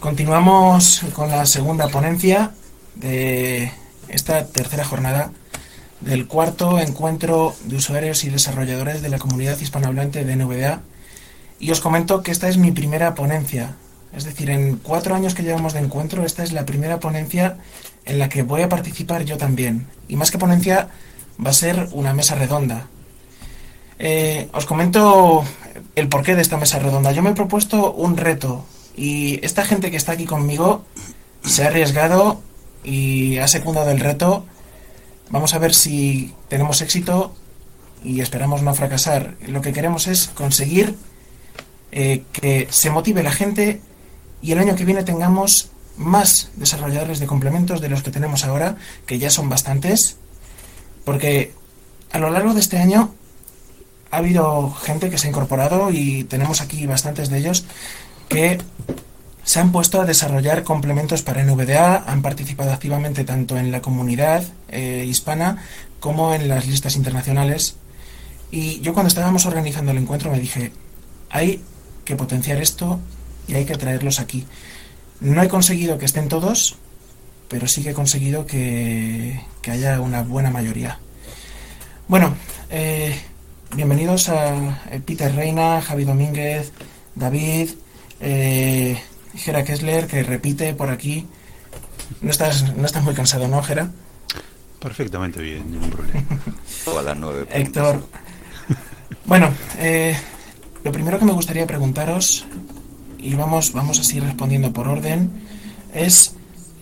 Continuamos con la segunda ponencia de esta tercera jornada del cuarto encuentro de usuarios y desarrolladores de la comunidad hispanohablante de NVDA. Y os comento que esta es mi primera ponencia. Es decir, en 4 años que llevamos de encuentro, esta es la primera ponencia en la que voy a participar yo también. Y más que ponencia, va a ser una mesa redonda. Os comento el porqué de esta mesa redonda. Yo me he propuesto un reto. Y esta gente que está aquí conmigo se ha arriesgado y ha secundado el reto. Vamos a ver si tenemos éxito y esperamos no fracasar. Lo que queremos es conseguir que se motive la gente y el año que viene tengamos más desarrolladores de complementos de los que tenemos ahora, que ya son bastantes, porque a lo largo de este año ha habido gente que se ha incorporado y tenemos aquí bastantes de ellos que se han puesto a desarrollar complementos para NVDA, han participado activamente tanto en la comunidad hispana como en las listas internacionales. Y yo cuando estábamos organizando el encuentro me dije, hay que potenciar esto y hay que traerlos aquí. No he conseguido que estén todos, pero sí que he conseguido que haya una buena mayoría. Bueno, bienvenidos a Peter Reina, Javi Domínguez, David, Gera Kessler, que repite por aquí. No estás muy cansado, ¿no, Gera? Perfectamente bien, ningún problema. A las 9. Héctor. Bueno, lo primero que me gustaría preguntaros, y vamos así respondiendo por orden, es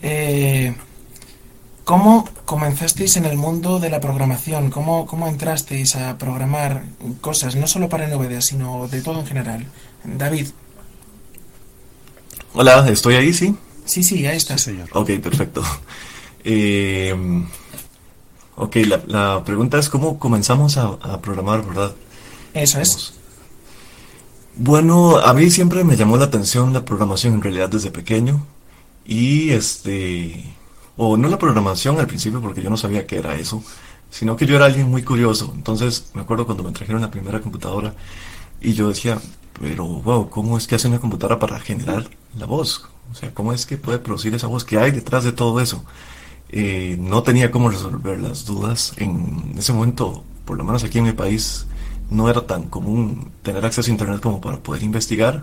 ¿cómo comenzasteis en el mundo de la programación? ¿Cómo entrasteis a programar cosas, no solo para NVDA, sino de todo en general? David. Hola, ¿estoy ahí, sí? Sí, ahí estás. Sí, señor. Ok, perfecto. Ok, la pregunta es cómo comenzamos a programar, ¿verdad? Eso es. Bueno, a mí siempre me llamó la atención la programación en realidad desde pequeño. Y o no la programación al principio porque yo no sabía qué era eso, sino que yo era alguien muy curioso. Entonces me acuerdo cuando me trajeron la primera computadora y yo decía, pero wow, ¿cómo es que hace una computadora para generar la voz? O sea, ¿cómo es que puede producir esa voz? ¿Qué hay detrás de todo eso? No tenía cómo resolver las dudas. En ese momento, por lo menos aquí en mi país, no era tan común tener acceso a internet como para poder investigar.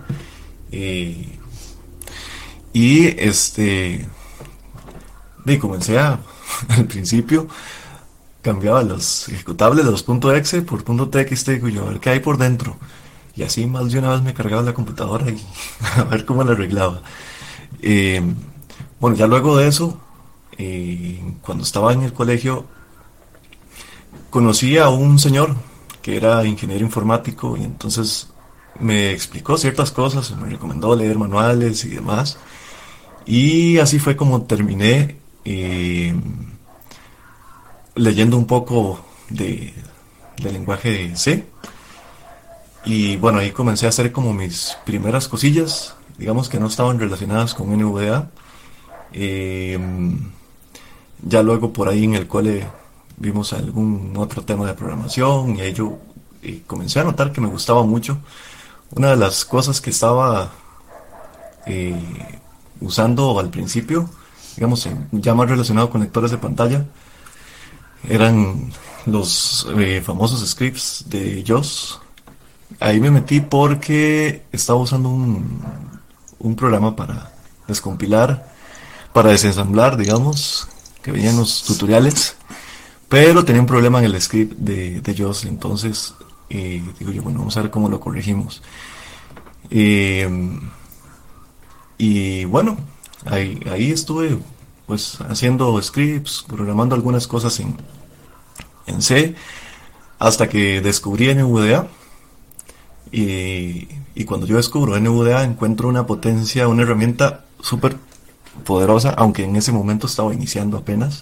Y comencé al principio, cambiaba los ejecutables de los .exe por .txt, digo yo, a ver qué hay por dentro. Y así más de una vez me cargaba la computadora y a ver cómo la arreglaba. Bueno, ya luego de eso, cuando estaba en el colegio, conocí a un señor que era ingeniero informático y entonces me explicó ciertas cosas, me recomendó leer manuales y demás. Y así fue como terminé leyendo un poco de lenguaje C. Y bueno, ahí comencé a hacer como mis primeras cosillas, digamos que no estaban relacionadas con NVDA. Ya luego por ahí en el cole vimos algún otro tema de programación y ahí yo comencé a notar que me gustaba mucho. Una de las cosas que estaba usando al principio, digamos, ya más relacionado con lectores de pantalla, eran los famosos scripts de JOS. Ahí me metí porque estaba usando un programa para descompilar, para desensamblar, digamos, que venían los tutoriales, pero tenía un problema en el script de JOS, entonces digo yo, bueno, vamos a ver cómo lo corregimos. Y bueno, ahí estuve pues haciendo scripts, programando algunas cosas en C, hasta que descubrí NVDA. Y cuando yo descubro NVDA encuentro una potencia, una herramienta súper poderosa, aunque en ese momento estaba iniciando apenas.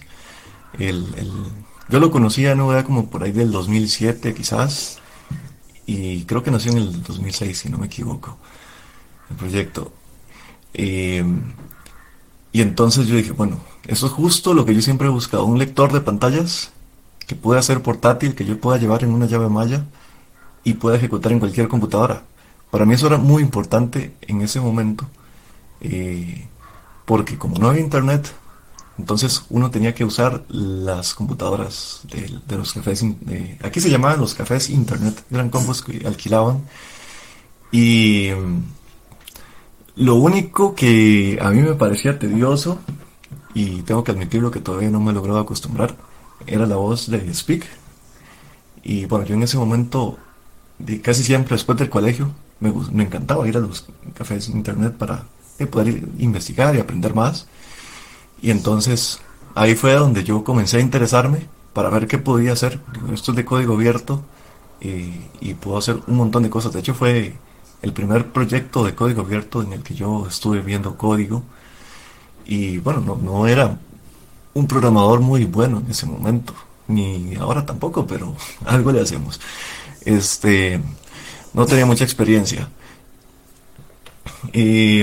Yo lo conocí a NVDA como por ahí del 2007 quizás, y creo que nació en el 2006 si no me equivoco, el proyecto. Y entonces yo dije, bueno, eso es justo lo que yo siempre he buscado, un lector de pantallas que pueda ser portátil, que yo pueda llevar en una llave malla y pueda ejecutar en cualquier computadora. Para mí eso era muy importante en ese momento, porque como no había internet, entonces uno tenía que usar las computadoras de los cafés, aquí se llamaban los cafés internet, eran combos que alquilaban. Y lo único que a mí me parecía tedioso, y tengo que admitirlo que todavía no me he logrado acostumbrar, era la voz de Speak. Y bueno, yo en ese momento, casi siempre después del colegio, me encantaba ir a los cafés internet para poder investigar y aprender más. Y entonces ahí fue donde yo comencé a interesarme para ver qué podía hacer. Digo, esto es de código abierto, y puedo hacer un montón de cosas. De hecho fue el primer proyecto de código abierto en el que yo estuve viendo código. Y bueno, no era un programador muy bueno en ese momento, ni ahora tampoco, pero algo le hacemos. Este, no tenía mucha experiencia. Y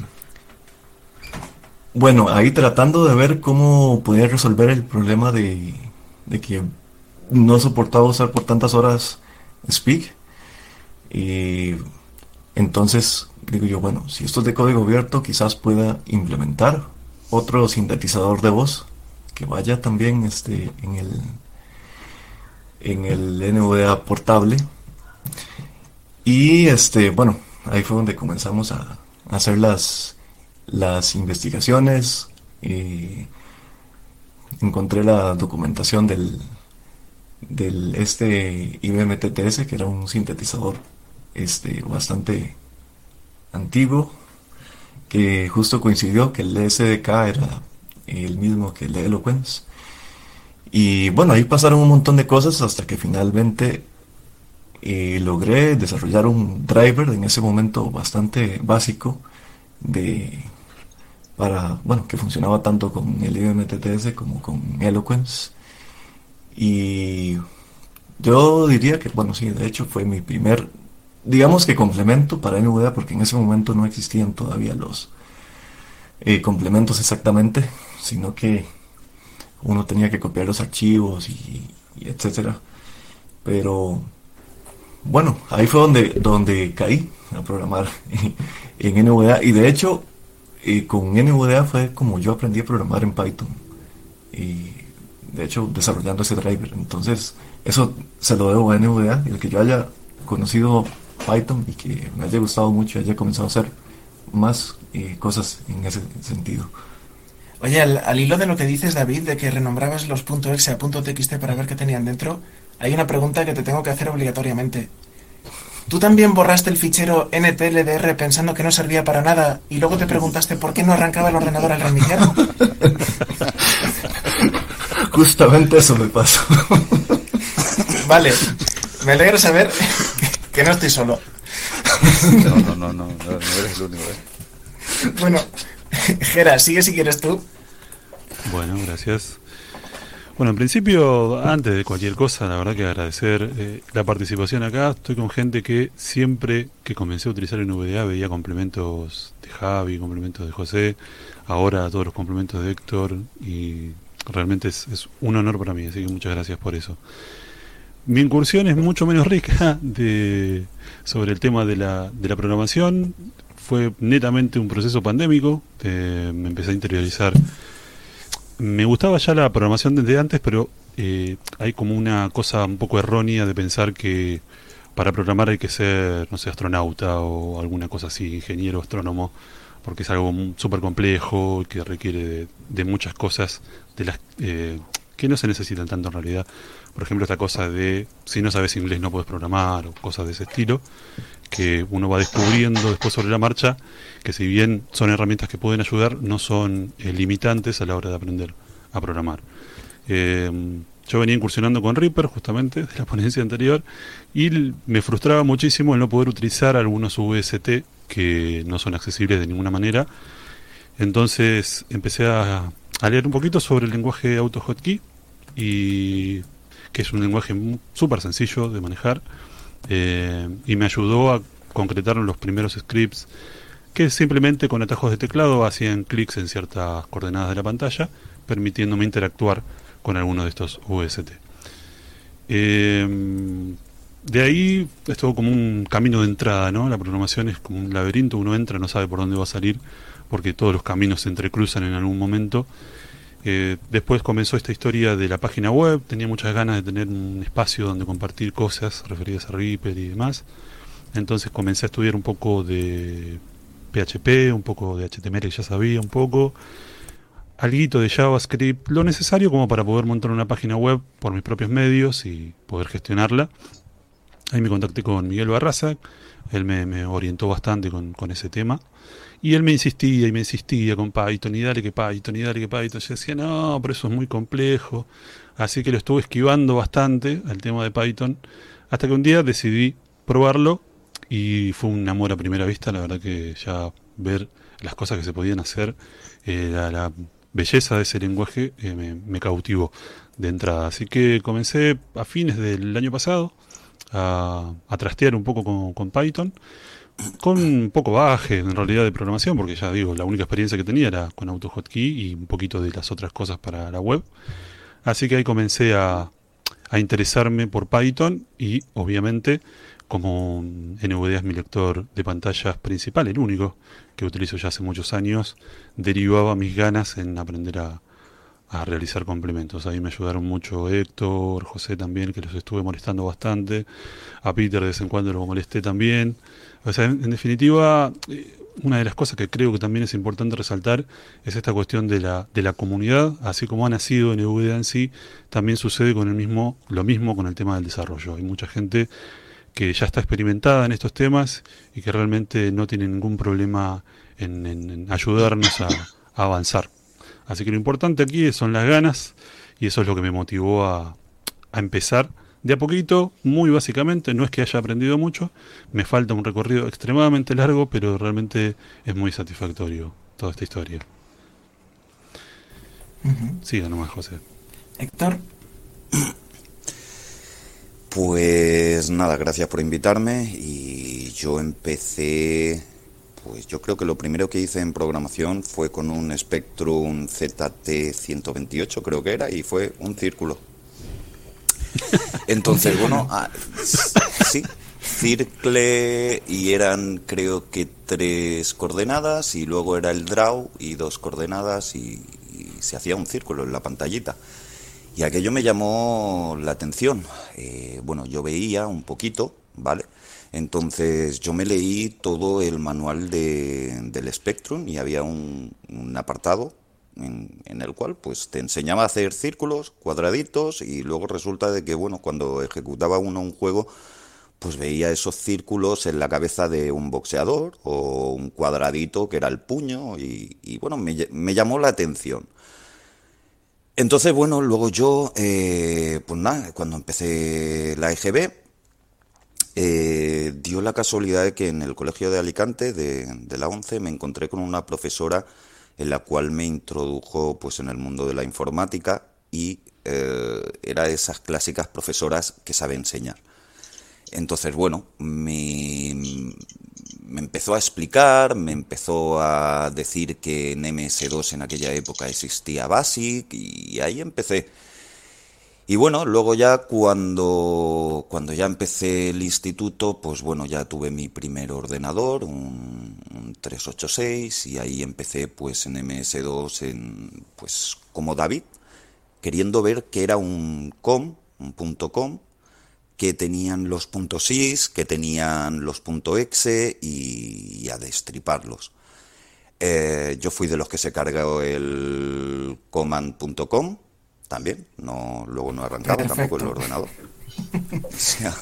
bueno, ahí tratando de ver cómo podía resolver el problema de que no soportaba usar por tantas horas Speak. Y entonces digo yo, bueno, si esto es de código abierto, quizás pueda implementar otro sintetizador de voz que vaya también en el NVDA portable. Y bueno, ahí fue donde comenzamos a hacer las investigaciones. Y encontré la documentación del IBM TTS, que era un sintetizador bastante antiguo, que justo coincidió que el SDK era el mismo que el de Eloquence. Y bueno, ahí pasaron un montón de cosas hasta que finalmente logré desarrollar un driver en ese momento bastante básico bueno, que funcionaba tanto con el IBM TTS como con Eloquence. Y yo diría que, bueno, sí, de hecho fue mi primer, digamos que complemento para NVDA, porque en ese momento no existían todavía los complementos exactamente, sino que uno tenía que copiar los archivos y etcétera. Pero bueno, ahí fue donde caí a programar en NVDA. Y de hecho, con NVDA fue como yo aprendí a programar en Python. Y de hecho, desarrollando ese driver. Entonces, eso se lo debo a NVDA. Y el que yo haya conocido Python y que me haya gustado mucho, haya comenzado a hacer más cosas en ese sentido. Oye, al hilo de lo que dices, David, de que renombrabas los .exe a .txt para ver qué tenían dentro, hay una pregunta que te tengo que hacer obligatoriamente. ¿Tú también borraste el fichero NTLDR pensando que no servía para nada y luego te preguntaste por qué no arrancaba el ordenador al reiniciarlo? Justamente eso me pasó. Vale, me alegra saber que no estoy solo. No eres el único, Bueno, Gera, sigue si quieres tú. Bueno, gracias. Bueno, en principio, antes de cualquier cosa, la verdad que agradecer la participación acá. Estoy con gente que siempre que comencé a utilizar NVDA veía complementos de Javi, complementos de José, ahora todos los complementos de Héctor, y realmente es un honor para mí, así que muchas gracias por eso. Mi incursión es mucho menos rica sobre el tema de la programación. Fue netamente un proceso pandémico. Me empecé a interiorizar. Me gustaba ya la programación desde antes, pero hay como una cosa un poco errónea de pensar que para programar hay que ser, no sé, astronauta o alguna cosa así, ingeniero, astrónomo, porque es algo súper complejo que requiere de muchas cosas de las que no se necesitan tanto en realidad. Por ejemplo, esta cosa de si no sabes inglés no puedes programar o cosas de ese estilo, que uno va descubriendo después sobre la marcha, que si bien son herramientas que pueden ayudar, no son limitantes a la hora de aprender a programar. Yo venía incursionando con Reaper justamente de la ponencia anterior y me frustraba muchísimo el no poder utilizar algunos VST que no son accesibles de ninguna manera. Entonces empecé a leer un poquito sobre el lenguaje AutoHotkey, y que es un lenguaje súper sencillo de manejar, y me ayudó a concretar los primeros scripts que simplemente con atajos de teclado hacían clics en ciertas coordenadas de la pantalla, permitiéndome interactuar con alguno de estos VST. De ahí es todo como un camino de entrada, ¿no? La programación es como un laberinto, uno entra, no sabe por dónde va a salir, porque todos los caminos se entrecruzan en algún momento. Después comenzó esta historia de la página web, tenía muchas ganas de tener un espacio donde compartir cosas referidas a Reaper y demás. Entonces comencé a estudiar un poco de PHP, un poco de HTML que ya sabía un poco, alguito de JavaScript, lo necesario como para poder montar una página web por mis propios medios y poder gestionarla. Ahí me contacté con Miguel Barraza, él me orientó bastante con ese tema. Y él me insistía y me insistía con Python, y dale que Python, y dale que Python. Yo decía, no, pero eso es muy complejo. Así que lo estuve esquivando bastante al tema de Python, hasta que un día decidí probarlo, y fue un amor a primera vista. La verdad que ya ver las cosas que se podían hacer, la belleza de ese lenguaje me cautivó de entrada. Así que comencé a fines del año pasado a trastear un poco con Python, con un poco bagaje en realidad de programación, porque ya digo, la única experiencia que tenía era con AutoHotkey y un poquito de las otras cosas para la web. Así que ahí comencé a interesarme por Python, y obviamente como NVDA es mi lector de pantallas principal, el único que utilizo ya hace muchos años, derivaba mis ganas en aprender a realizar complementos. Ahí me ayudaron mucho Héctor, José también, que los estuve molestando bastante. A Peter de vez en cuando lo molesté también. O sea, en definitiva, una de las cosas que creo que también es importante resaltar es esta cuestión de la comunidad. Así como ha nacido NVDA en sí, también sucede con lo mismo con el tema del desarrollo. Hay mucha gente que ya está experimentada en estos temas y que realmente no tiene ningún problema en ayudarnos a avanzar. Así que lo importante aquí son las ganas, y eso es lo que me motivó a empezar de a poquito, muy básicamente. No es que haya aprendido mucho, me falta un recorrido extremadamente largo, pero realmente es muy satisfactorio toda esta historia. Siga nomás, José. Héctor. Pues nada, gracias por invitarme. Y yo empecé, pues yo creo que lo primero que hice en programación fue con un Spectrum ZT128, creo que era, y fue un círculo. Entonces, bueno, sí, circle, y eran creo que 3 coordenadas, y luego era el draw y 2 coordenadas, y se hacía un círculo en la pantallita. Y aquello me llamó la atención. Bueno, yo veía un poquito, ¿vale? Entonces yo me leí todo el manual del Spectrum, y había un apartado en el cual pues te enseñaba a hacer círculos, cuadraditos, y luego resulta de que, bueno, cuando ejecutaba uno un juego, pues veía esos círculos en la cabeza de un boxeador, o un cuadradito que era el puño, y bueno, me llamó la atención. Entonces, bueno, luego yo, pues nada, cuando empecé la EGB, dio la casualidad de que en el colegio de Alicante, de la 11, me encontré con una profesora en la cual me introdujo pues en el mundo de la informática, y era de esas clásicas profesoras que sabe enseñar. Entonces, bueno, me empezó a explicar, me empezó a decir que en MS2 en aquella época existía BASIC, y ahí empecé. Y bueno, luego ya cuando ya empecé el instituto, pues bueno, ya tuve mi primer ordenador, un 386, y ahí empecé pues en MS2, pues como David, queriendo ver qué era un punto .com, que tenían los .sys, que tenían los .exe, y a destriparlos. Yo fui de los que se cargó el command.com también, luego no arrancaba tampoco el ordenador. O sea,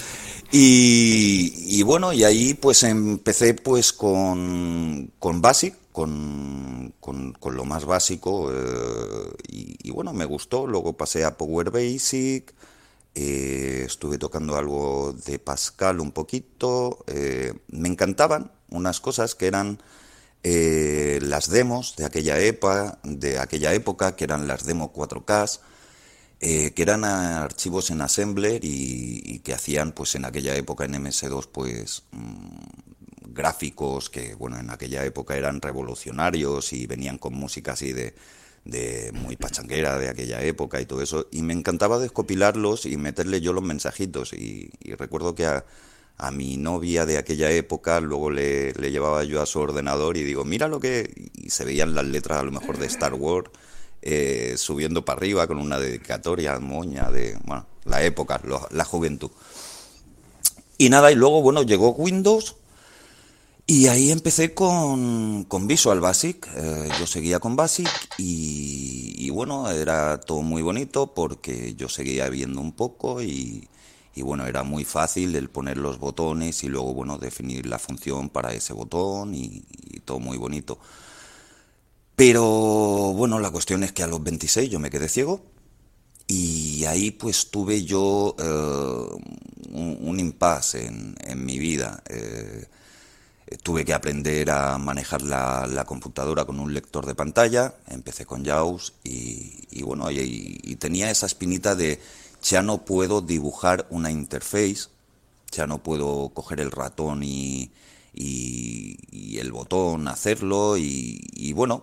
y bueno, y ahí pues empecé pues con BASIC, con lo más básico, y bueno, me gustó. Luego pasé a Power Basic. Estuve tocando algo de Pascal un poquito. Me encantaban unas cosas que eran las demos de aquella época, que eran las demo 4K, que eran archivos en Assembler, y que hacían pues en aquella época en MS2 pues gráficos que, bueno, en aquella época eran revolucionarios, y venían con música así de muy pachanguera de aquella época y todo eso, y me encantaba descopilarlos y meterle yo los mensajitos, y recuerdo que a mi novia de aquella época, luego le llevaba yo a su ordenador y digo, mira lo que... Y se veían las letras a lo mejor de Star Wars subiendo para arriba con una dedicatoria moña de, bueno, la época, la juventud. Y nada, y luego, bueno, llegó Windows y ahí empecé con Visual Basic. Yo seguía con Basic y bueno, era todo muy bonito porque yo seguía viendo un poco y bueno, era muy fácil el poner los botones y luego, bueno, definir la función para ese botón y todo muy bonito. Pero bueno, la cuestión es que a los 26 yo me quedé ciego y ahí pues tuve yo un impasse en mi vida. Tuve que aprender a manejar la computadora con un lector de pantalla, empecé con JAWS y bueno, y tenía esa espinita de ya no puedo dibujar una interface, ya no puedo coger el ratón y el botón, hacerlo y bueno,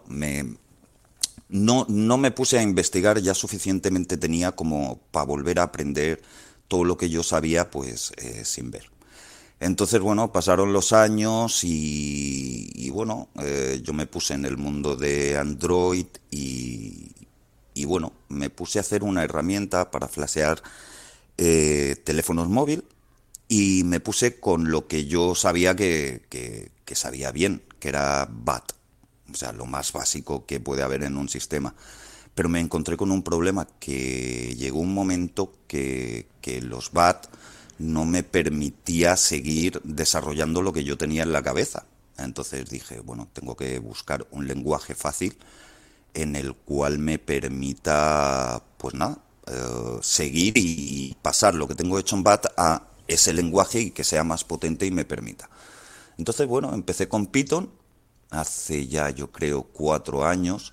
no me puse a investigar, ya suficientemente tenía como para volver a aprender todo lo que yo sabía pues sin ver. Entonces, bueno, pasaron los años y bueno, yo me puse en el mundo de Android y bueno, me puse a hacer una herramienta para flashear teléfonos móviles y me puse con lo que yo sabía que sabía bien, que era BAT, o sea, lo más básico que puede haber en un sistema. Pero me encontré con un problema, que llegó un momento que los BAT no me permitía seguir desarrollando lo que yo tenía en la cabeza. Entonces dije, bueno, tengo que buscar un lenguaje fácil en el cual me permita, pues nada, seguir y pasar lo que tengo hecho en BAT a ese lenguaje y que sea más potente y me permita. Entonces, bueno, empecé con Python hace ya, yo creo, 4 años.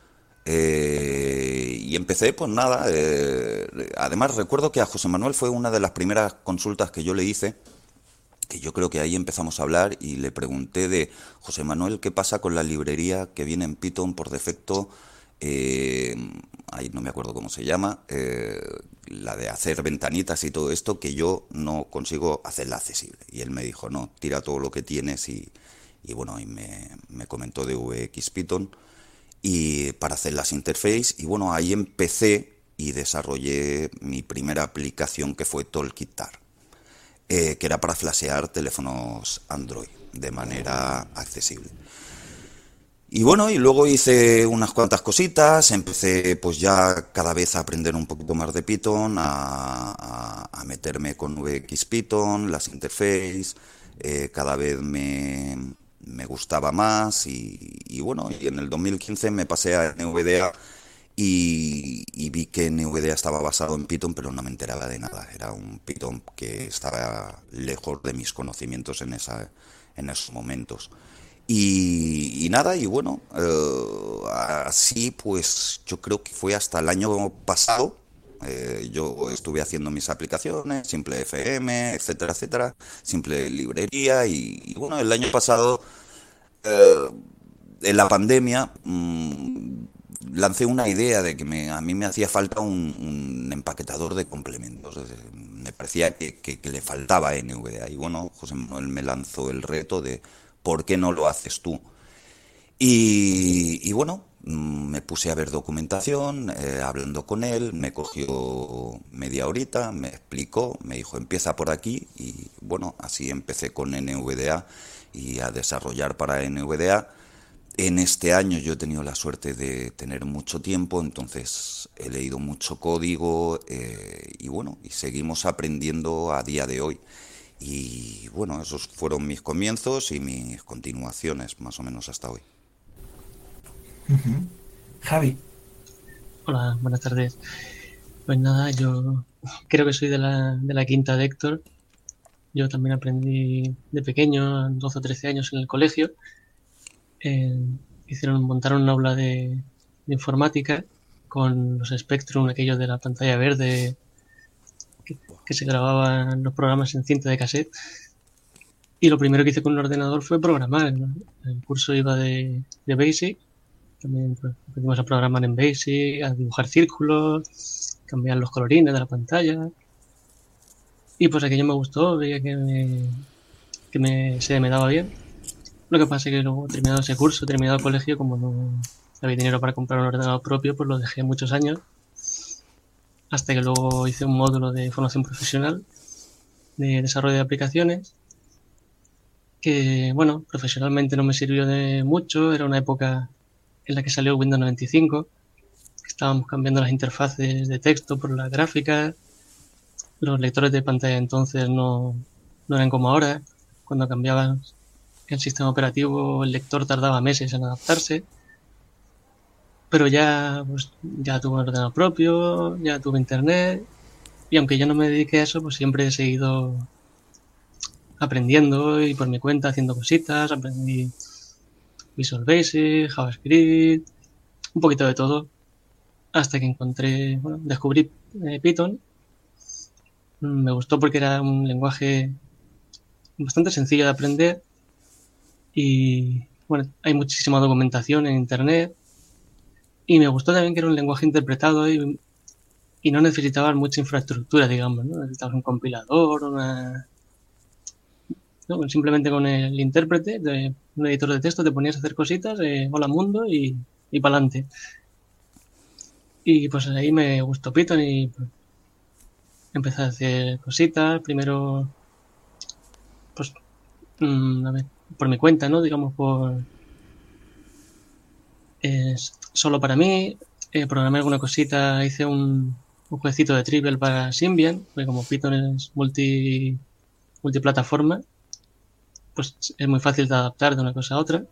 Y empecé, pues nada, además recuerdo que a José Manuel fue una de las primeras consultas que yo le hice, que yo creo que ahí empezamos a hablar y le pregunté de, José Manuel, ¿qué pasa con la librería que viene en Python por defecto? Ahí no me acuerdo cómo se llama, la de hacer ventanitas y todo esto, que yo no consigo hacerla accesible. Y él me dijo, no, tira todo lo que tienes y bueno, y me comentó de VX Python y para hacer las interfaces y bueno, ahí empecé y desarrollé mi primera aplicación que fue Talkitar, que era para flashear teléfonos Android de manera accesible. Y bueno, y luego hice unas cuantas cositas, empecé pues ya cada vez a aprender un poquito más de Python, a meterme con VX Python, las interfaces, cada vez me gustaba más y bueno, y en el 2015 me pasé a NVDA y vi que NVDA estaba basado en Python, pero no me enteraba de nada. Era un Python que estaba lejos de mis conocimientos en esos momentos. Y nada, y bueno, así pues yo creo que fue hasta el año pasado. Yo estuve haciendo mis aplicaciones, Simple FM, etcétera, etcétera, Simple Librería y bueno, el año pasado, en la pandemia, lancé una idea de que a mí me hacía falta un empaquetador de complementos. Me parecía que le faltaba NVDA y bueno, José Manuel me lanzó el reto de ¿por qué no lo haces tú? Y bueno, me puse a ver documentación, hablando con él, me cogió media horita, me explicó, me dijo empieza por aquí y bueno, así empecé con NVDA y a desarrollar para NVDA. En este año yo he tenido la suerte de tener mucho tiempo, entonces he leído mucho código y bueno, y seguimos aprendiendo a día de hoy. Y bueno, esos fueron mis comienzos y mis continuaciones, más o menos hasta hoy. Ujú. Javi. Hola, buenas tardes. Pues nada, yo creo que soy de la quinta de Héctor. Yo también aprendí de pequeño, a 12 o 13 años en el colegio. Montaron una aula de informática con los Spectrum, aquellos de la pantalla verde, que se grababan los programas en cinta de cassette. Y lo primero que hice con un ordenador fue programar, ¿no? El curso iba de Basic. También pues, aprendimos a programar en Basic, a dibujar círculos, cambiar los colorines de la pantalla. Y pues aquello me gustó, veía se me daba bien. Lo que pasa es que luego, terminado ese curso, terminado el colegio, como no había dinero para comprar un ordenador propio, pues lo dejé muchos años, hasta que luego hice un módulo de formación profesional de desarrollo de aplicaciones, que, bueno, profesionalmente no me sirvió de mucho. Era una época en la que salió Windows 95, que estábamos cambiando las interfaces de texto por las gráficas. Los lectores de pantalla entonces no eran como ahora. Cuando cambiaban el sistema operativo, el lector tardaba meses en adaptarse. Pero ya, pues, ya tuve un ordenador propio, ya tuve internet, y aunque yo no me dediqué a eso, pues siempre he seguido aprendiendo y por mi cuenta haciendo cositas. Aprendí Visual Basic, JavaScript, un poquito de todo, hasta que descubrí Python. Me gustó porque era un lenguaje bastante sencillo de aprender y, bueno, hay muchísima documentación en internet, y me gustó también que era un lenguaje interpretado y no necesitabas mucha infraestructura, digamos, ¿no? Necesitabas un compilador, ¿no? Simplemente con el intérprete de un editor de texto te ponías a hacer cositas, hola mundo, y para adelante. Y pues ahí me gustó Python y pues, empecé a hacer cositas. Primero, pues, a ver, por mi cuenta, ¿no? Digamos, solo para mí. Programé alguna cosita, hice un jueguecito de Trivial para Symbian, porque como Python es multiplataforma, pues es muy fácil de adaptar de una cosa a otra.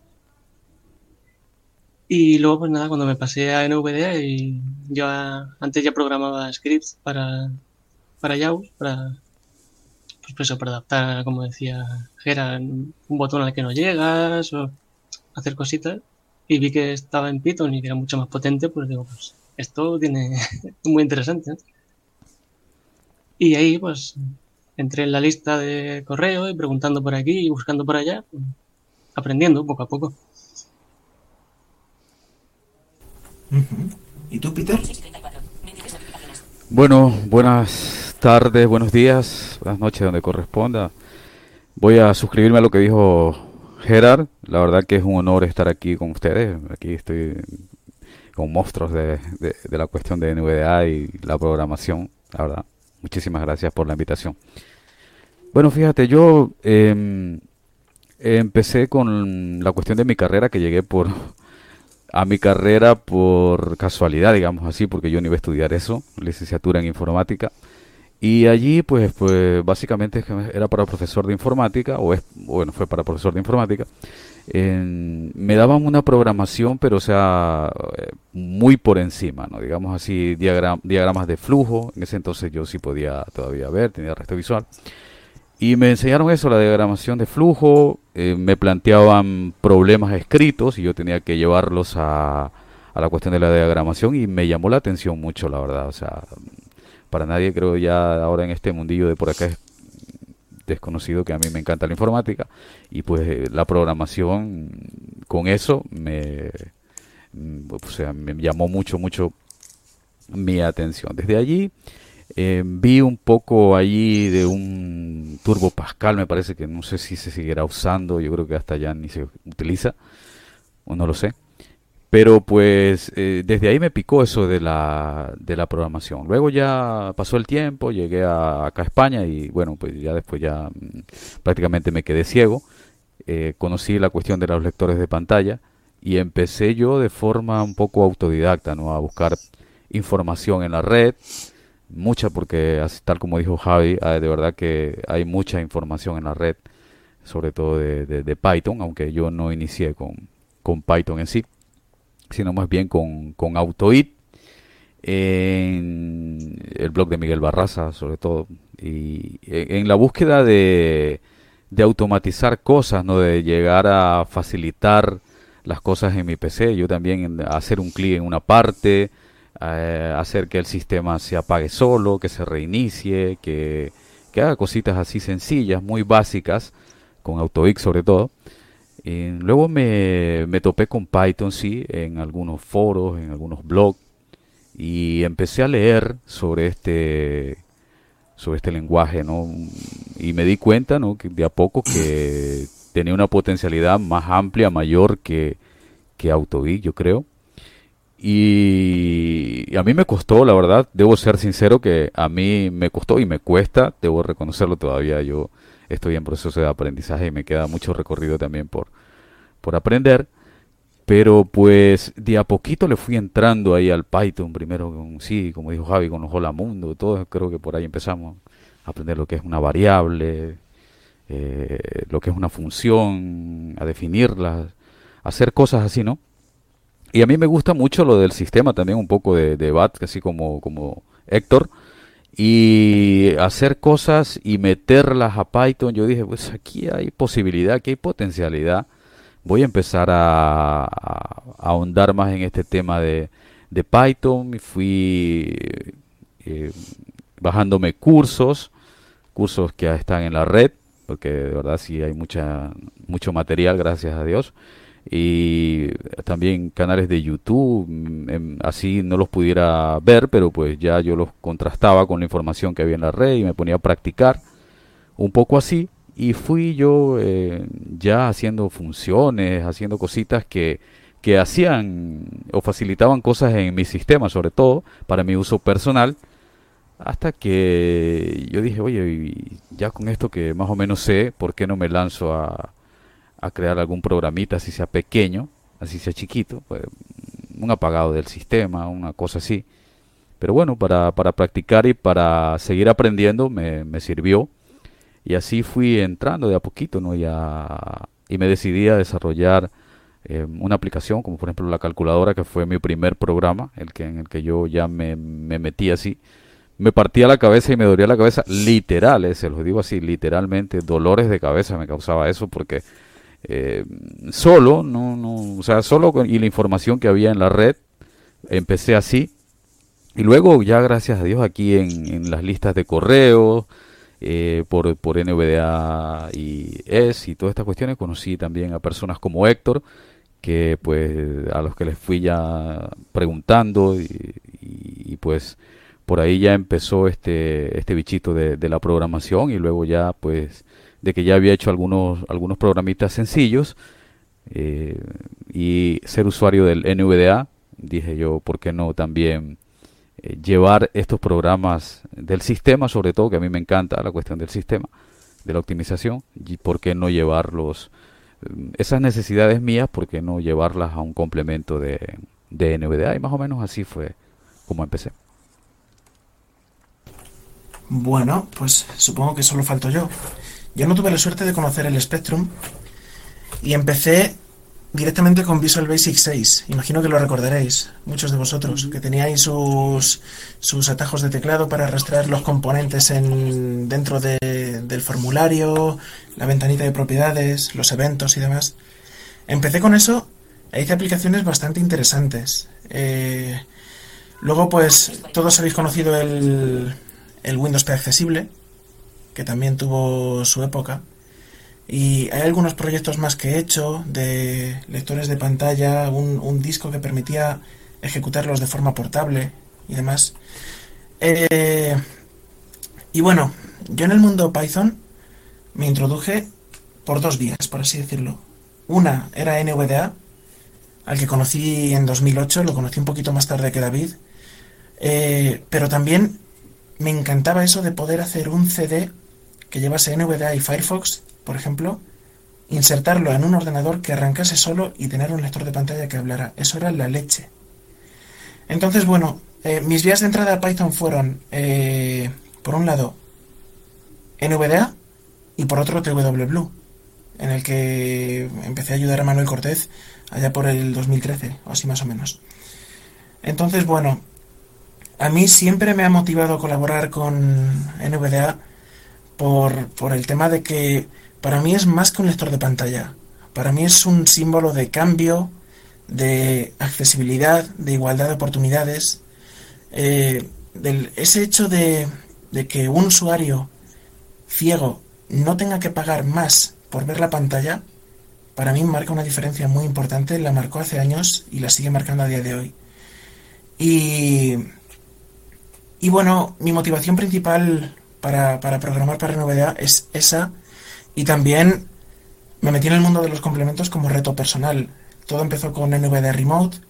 Y luego, pues nada, cuando me pasé a NVDA, y yo antes ya programaba scripts para JAWS, pues eso, para adaptar, como decía Gera, un botón al que no llegas, o hacer cositas, y vi que estaba en Python y que era mucho más potente, pues digo, pues esto tiene muy interesante, ¿no? Y ahí, pues, entré en la lista de correo y preguntando por aquí y buscando por allá, pues, aprendiendo poco a poco. ¿Y tú, Peter? Bueno, buenas tardes, buenos días, buenas noches, donde corresponda. Voy a suscribirme a lo que dijo Gerard. La verdad que es un honor estar aquí con ustedes. Aquí estoy con monstruos de la cuestión de NVDA y la programación. La verdad, muchísimas gracias por la invitación. Bueno, fíjate, yo empecé con la cuestión de mi carrera, que llegué a mi carrera por casualidad, digamos así, porque yo no iba a estudiar eso, licenciatura en informática. Y allí, pues básicamente era para profesor de informática, bueno, fue para profesor de informática. Me daban una programación, pero o sea, muy por encima, ¿no? Digamos así, diagramas de flujo. En ese entonces yo sí podía todavía ver, tenía resto visual. Y me enseñaron eso, la diagramación de flujo. Me planteaban problemas escritos y yo tenía que llevarlos a la cuestión de la diagramación, y me llamó la atención mucho, la verdad. O sea, para nadie, creo, ya ahora en este mundillo de por acá es desconocido que a mí me encanta la informática, y pues la programación con eso o sea, me llamó mucho mi atención. Desde allí vi un poco allí de un Turbo Pascal, me parece, que no sé si se seguirá usando, yo creo que hasta ya ni se utiliza, o no lo sé. Pero pues desde ahí me picó eso de la programación. Luego ya pasó el tiempo, llegué acá a España, y bueno, pues ya después ya prácticamente me quedé ciego. Conocí la cuestión de los lectores de pantalla y empecé yo de forma un poco autodidacta, ¿no? A buscar información en la red, mucha, porque así, tal como dijo Javi, de verdad que hay mucha información en la red, sobre todo de Python, aunque yo no inicié con Python en sí, sino más bien con Autoit, en el blog de Miguel Barraza, sobre todo, y en la búsqueda de automatizar cosas, ¿no? De llegar a facilitar las cosas en mi PC. Yo también hacer un clic en una parte, hacer que el sistema se apague solo, que se reinicie, que haga cositas así sencillas, muy básicas, con Autoit sobre todo. Y luego me topé con Python, sí, en algunos foros, en algunos blogs, y empecé a leer sobre este lenguaje, ¿no? Y me di cuenta, ¿no? Que de a poco que tenía una potencialidad más amplia, mayor que Autodic, yo creo. Y a mí me costó, la verdad, debo ser sincero que a mí me costó y me cuesta, debo reconocerlo todavía. Yo estoy en proceso de aprendizaje y me queda mucho recorrido también por aprender. Pero pues de a poquito le fui entrando ahí al Python, primero con, sí, como dijo Javi, con los Hola Mundo, todo, creo que por ahí empezamos a aprender lo que es una variable, lo que es una función, a definirlas, a hacer cosas así, ¿no? Y a mí me gusta mucho lo del sistema también, un poco de BAT, así como Héctor, y hacer cosas y meterlas a Python. Yo dije, pues aquí hay posibilidad, aquí hay potencialidad. Voy a empezar a ahondar más en este tema de Python. Y fui eh, bajándome cursos que están en la red, porque de verdad sí hay mucho material, gracias a Dios. Y también canales de YouTube, así no los pudiera ver, pero pues ya yo los contrastaba con la información que había en la red y me ponía a practicar un poco así. Y fui yo ya haciendo funciones, haciendo cositas que hacían o facilitaban cosas en mi sistema, sobre todo para mi uso personal, hasta que yo dije, oye, y ya con esto que más o menos sé, ¿por qué no me lanzo a crear algún programita, así sea pequeño, así sea chiquito, pues, un apagado del sistema, una cosa así? Pero bueno, para practicar y para seguir aprendiendo me sirvió. Y así fui entrando de a poquito, ¿no? Y me decidí a desarrollar una aplicación, como por ejemplo la calculadora, que fue mi primer programa, en el que yo ya me metí así. Me partía la cabeza y me dolía la cabeza, literal, se los digo así, literalmente, dolores de cabeza me causaba eso, porque solo, o sea, y la información que había en la red, empecé así. Y luego ya, gracias a Dios, aquí en las listas de correos, por NVDA y y todas estas cuestiones, conocí también a personas como Héctor, que pues a los que les fui ya preguntando y pues por ahí ya empezó este bichito de la programación. Y luego ya pues de que ya había hecho algunos programitas sencillos y ser usuario del NVDA, dije yo, ¿por qué no también llevar estos programas del sistema, sobre todo, que a mí me encanta la cuestión del sistema, de la optimización, y por qué no llevarlos, esas necesidades mías, por qué no llevarlas a un complemento de NVDA? Y más o menos así fue como empecé. Bueno, pues supongo que solo falto yo. Yo no tuve la suerte de conocer el Spectrum y empecé directamente con Visual Basic 6. Imagino que lo recordaréis, muchos de vosotros, que teníais sus atajos de teclado para rastrear los componentes dentro del formulario, la ventanita de propiedades, los eventos y demás. Empecé con eso e hice aplicaciones bastante interesantes. Luego, pues, todos habéis conocido el Windows P accesible, que también tuvo su época. Y hay algunos proyectos más que he hecho de lectores de pantalla, un disco que permitía ejecutarlos de forma portable y demás. Y bueno, yo en el mundo Python me introduje por dos vías, por así decirlo. Una era NVDA, al que conocí en 2008, lo conocí un poquito más tarde que David, pero también me encantaba eso de poder hacer un CD que llevase NVDA y Firefox, por ejemplo, insertarlo en un ordenador que arrancase solo y tener un lector de pantalla que hablara. Eso era la leche. Entonces, bueno, mis vías de entrada a Python fueron, por un lado, NVDA y por otro TWBlue, en el que empecé a ayudar a Manuel Cortez allá por el 2013, o así más o menos. Entonces, bueno, a mí siempre me ha motivado a colaborar con NVDA por el tema de que para mí es más que un lector de pantalla. Para mí es un símbolo de cambio, de accesibilidad, de igualdad de oportunidades. Ese hecho de que un usuario ciego no tenga que pagar más por ver la pantalla, para mí marca una diferencia muy importante. La marcó hace años y la sigue marcando a día de hoy. Y bueno, mi motivación principal para programar para NVDA es esa, y también me metí en el mundo de los complementos como reto personal. Todo empezó con NVDA Remote,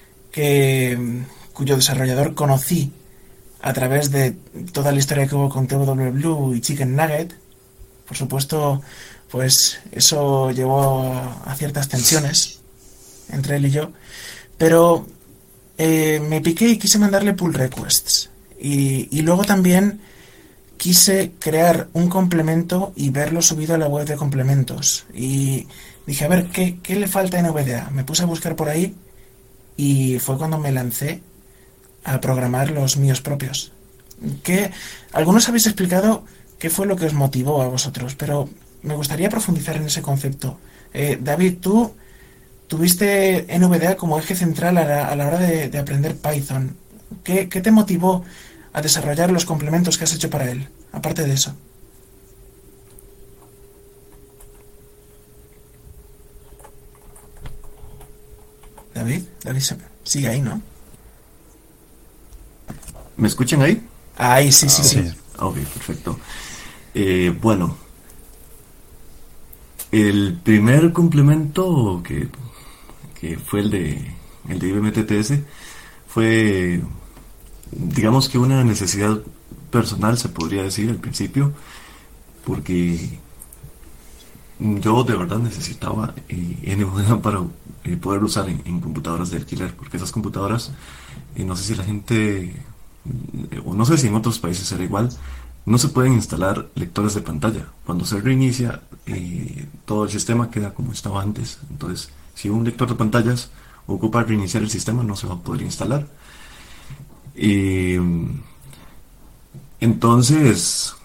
cuyo desarrollador conocí a través de toda la historia que hubo con TW Blue y Chicken Nugget. Por supuesto, pues eso llevó a ciertas tensiones entre él y yo, pero me piqué y quise mandarle pull requests, y luego también quise crear un complemento y verlo subido a la web de complementos, y dije, a ver, ¿qué le falta a NVDA? Me puse a buscar por ahí y fue cuando me lancé a programar los míos propios. Algunos habéis explicado qué fue lo que os motivó a vosotros, pero me gustaría profundizar en ese concepto. David, tú tuviste NVDA como eje central a la hora de aprender Python. ¿Qué te motivó a desarrollar los complementos que has hecho para él, aparte de eso? David sigue ahí, ¿no? ¿Me escuchan ahí? Ahí, sí. Ok, perfecto. Bueno, el primer complemento que fue el de IBM TTS fue, digamos que una necesidad personal, se podría decir al principio, porque yo de verdad necesitaba NVDA para poder usar en computadoras de alquiler, porque esas computadoras, no sé si la gente, o no sé si en otros países será igual, no se pueden instalar lectores de pantalla. Cuando se reinicia, todo el sistema queda como estaba antes. Entonces, si un lector de pantallas ocupa reiniciar el sistema, no se va a poder instalar. Entonces,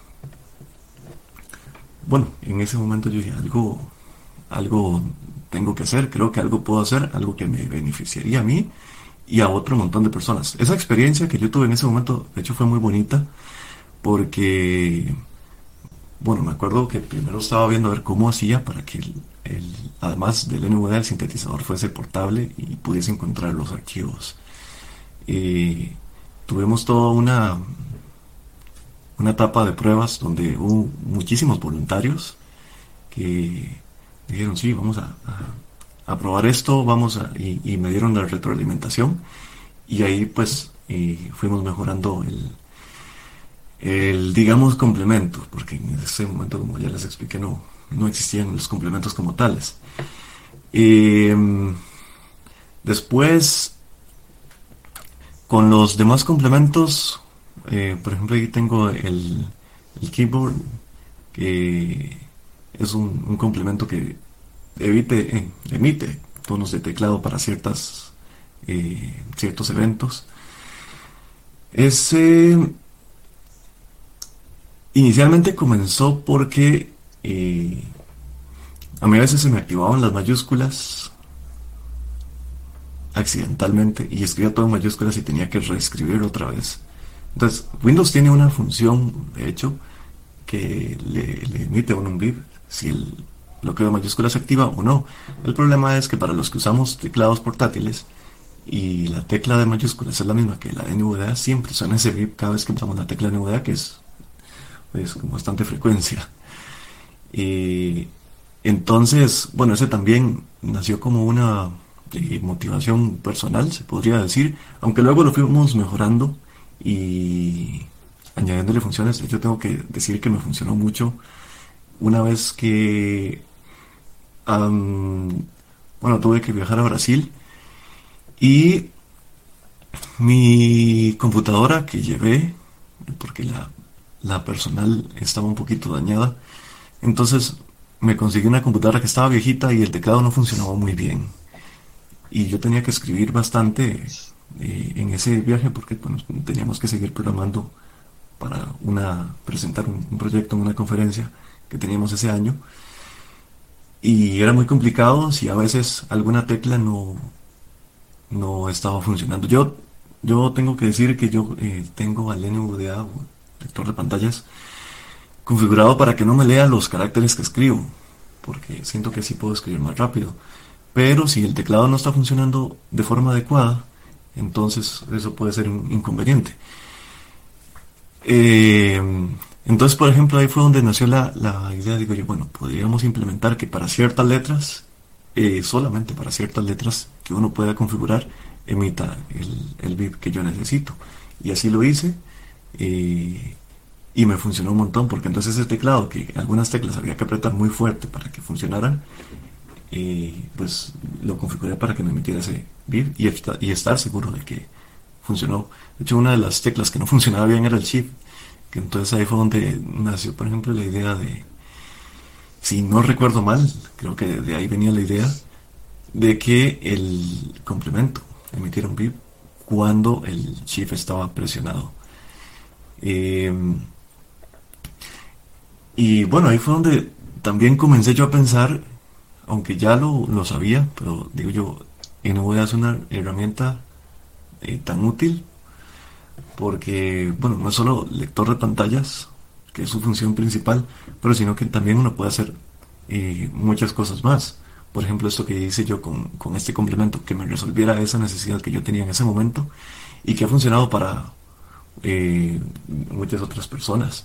bueno, en ese momento yo dije, algo tengo que hacer, creo que algo puedo hacer, algo que me beneficiaría a mí y a otro montón de personas. Esa experiencia que yo tuve en ese momento, de hecho, fue muy bonita, porque, bueno, me acuerdo que primero estaba viendo a ver cómo hacía para que además del NVDA, el sintetizador fuese portable y pudiese encontrar los archivos. Tuvimos toda una etapa de pruebas donde hubo muchísimos voluntarios que dijeron, sí, vamos a probar esto, y me dieron la retroalimentación, y ahí pues fuimos mejorando el digamos complemento, porque en ese momento, como ya les expliqué, no existían los complementos como tales. Después, con los demás complementos, por ejemplo, aquí tengo el keyboard, que es un complemento que emite tonos de teclado para ciertos eventos. Inicialmente comenzó porque a mí a veces se me activaban las mayúsculas accidentalmente y escribía todo en mayúsculas y tenía que reescribir otra vez. Entonces, Windows tiene una función, de hecho, que le emite a uno un bip si el bloqueo de mayúsculas se activa o no. El problema es que para los que usamos teclados portátiles y la tecla de mayúsculas es la misma que la de NVDA, siempre suena ese bip cada vez que usamos la tecla de NVDA, que es con bastante frecuencia. Entonces, bueno, ese también nació como una motivación personal, se podría decir, aunque luego lo fuimos mejorando y añadiéndole funciones. Yo tengo que decir que me funcionó mucho una vez que tuve que viajar a Brasil, y mi computadora que llevé, porque la personal estaba un poquito dañada, entonces me conseguí una computadora que estaba viejita y el teclado no funcionaba muy bien, y yo tenía que escribir bastante en ese viaje, porque teníamos que seguir programando para presentar un proyecto en una conferencia que teníamos ese año, y era muy complicado si a veces alguna tecla no estaba funcionando. Yo tengo que decir que yo tengo al NVDA, lector de pantallas, configurado para que no me lea los caracteres que escribo, porque siento que así puedo escribir más rápido. Pero si el teclado no está funcionando de forma adecuada, entonces eso puede ser un inconveniente. Entonces, por ejemplo, ahí fue donde nació la idea, digo yo, bueno, podríamos implementar que para ciertas letras, solamente para ciertas letras que uno pueda configurar, emita el bip que yo necesito. Y así lo hice, y me funcionó un montón, porque entonces ese teclado, que algunas teclas había que apretar muy fuerte para que funcionaran, pues lo configuré para que me emitiera ese bip y estar seguro de que funcionó. De hecho, una de las teclas que no funcionaba bien era el shift, que entonces ahí fue donde nació, por ejemplo, la idea de, si no recuerdo mal, creo que de ahí venía la idea de que el complemento emitiera un bip cuando el shift estaba presionado. Eh, y bueno, ahí fue donde también comencé yo a pensar, aunque ya lo sabía, pero digo yo, NVDA es una herramienta tan útil porque, bueno, no es solo lector de pantallas, que es su función principal, pero sino que también uno puede hacer muchas cosas más. Por ejemplo, esto que hice yo con este complemento, que me resolviera esa necesidad que yo tenía en ese momento y que ha funcionado para muchas otras personas.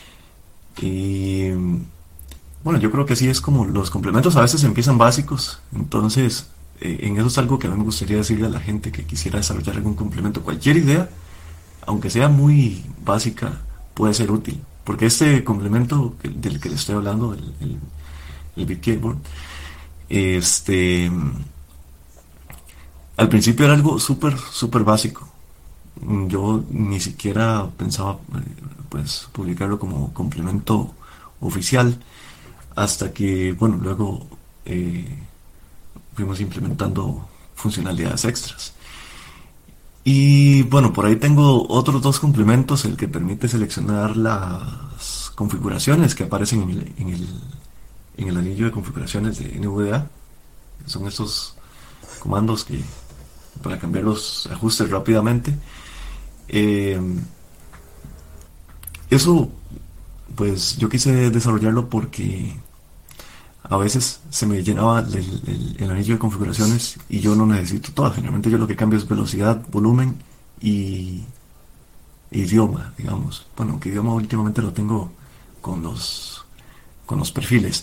Y bueno, yo creo que así es como los complementos a veces empiezan básicos, entonces en eso es algo que a mí me gustaría decirle a la gente que quisiera desarrollar algún complemento. Cualquier idea, aunque sea muy básica, puede ser útil, porque este complemento del que le estoy hablando, el Bit Keyboard, al principio era algo súper básico. Yo ni siquiera pensaba pues publicarlo como complemento oficial, hasta que, bueno, luego fuimos implementando funcionalidades extras. Y bueno, por ahí tengo otros dos complementos, el que permite seleccionar las configuraciones que aparecen en el anillo de configuraciones de NVDA. Son estos comandos que para cambiar los ajustes rápidamente. Eso, pues yo quise desarrollarlo porque a veces se me llenaba el anillo de configuraciones y yo no necesito todas. Generalmente yo lo que cambio es velocidad, volumen y idioma, digamos. Bueno, aunque idioma últimamente lo tengo con los perfiles.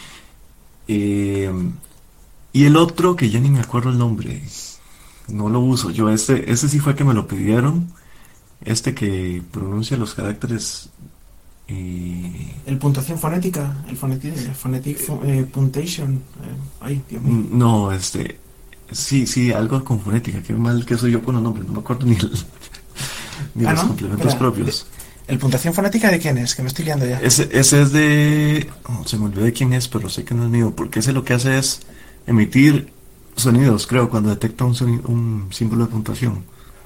Y el otro, que ya ni me acuerdo el nombre, no lo uso. Yo ese sí fue que me lo pidieron. Este que pronuncia los caracteres. El puntuación fonética, el phonetic puntation. Ay, Dios mío. No, sí, algo con fonética. Qué mal que soy yo con los nombres. No me acuerdo ni los ¿no? complementos Espera, propios. ¿El puntuación fonética de quién es? Que me estoy liando ya. Ese es de... se me olvidó de quién es, pero sé que no es mío. Porque ese lo que hace es emitir sonidos, creo, cuando detecta un símbolo de puntuación.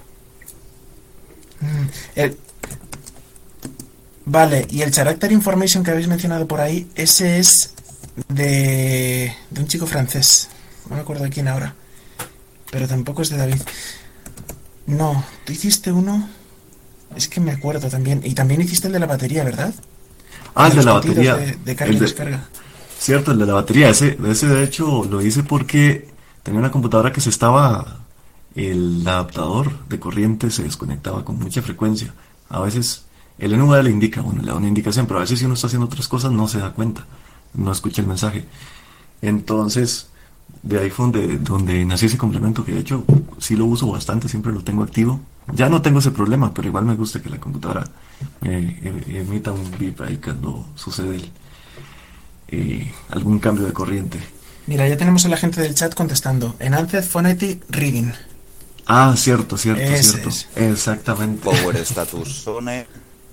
Vale, y el Character Information que habéis mencionado por ahí, ese es de un chico francés. No me acuerdo de quién ahora. Pero tampoco es de David. No, tú hiciste uno. Es que me acuerdo también. Y también hiciste el de la batería, ¿verdad? El de la Los batería. pedidos de carga y descarga. Cierto, el de la batería. Ese de hecho lo hice porque tenía una computadora que el adaptador de corriente se desconectaba con mucha frecuencia. A veces el NVDA le indica, bueno, le da una indicación, pero a veces si uno está haciendo otras cosas no se da cuenta, no escucha el mensaje. Entonces, de ahí fue donde nació ese complemento, que de hecho sí lo uso bastante, siempre lo tengo activo. Ya no tengo ese problema, pero igual me gusta que la computadora emita un bip ahí cuando sucede algún cambio de corriente. Mira, ya tenemos a la gente del chat contestando. Enhanced Phonetic Reading. Cierto. Ese es. Exactamente. Power Status Zone.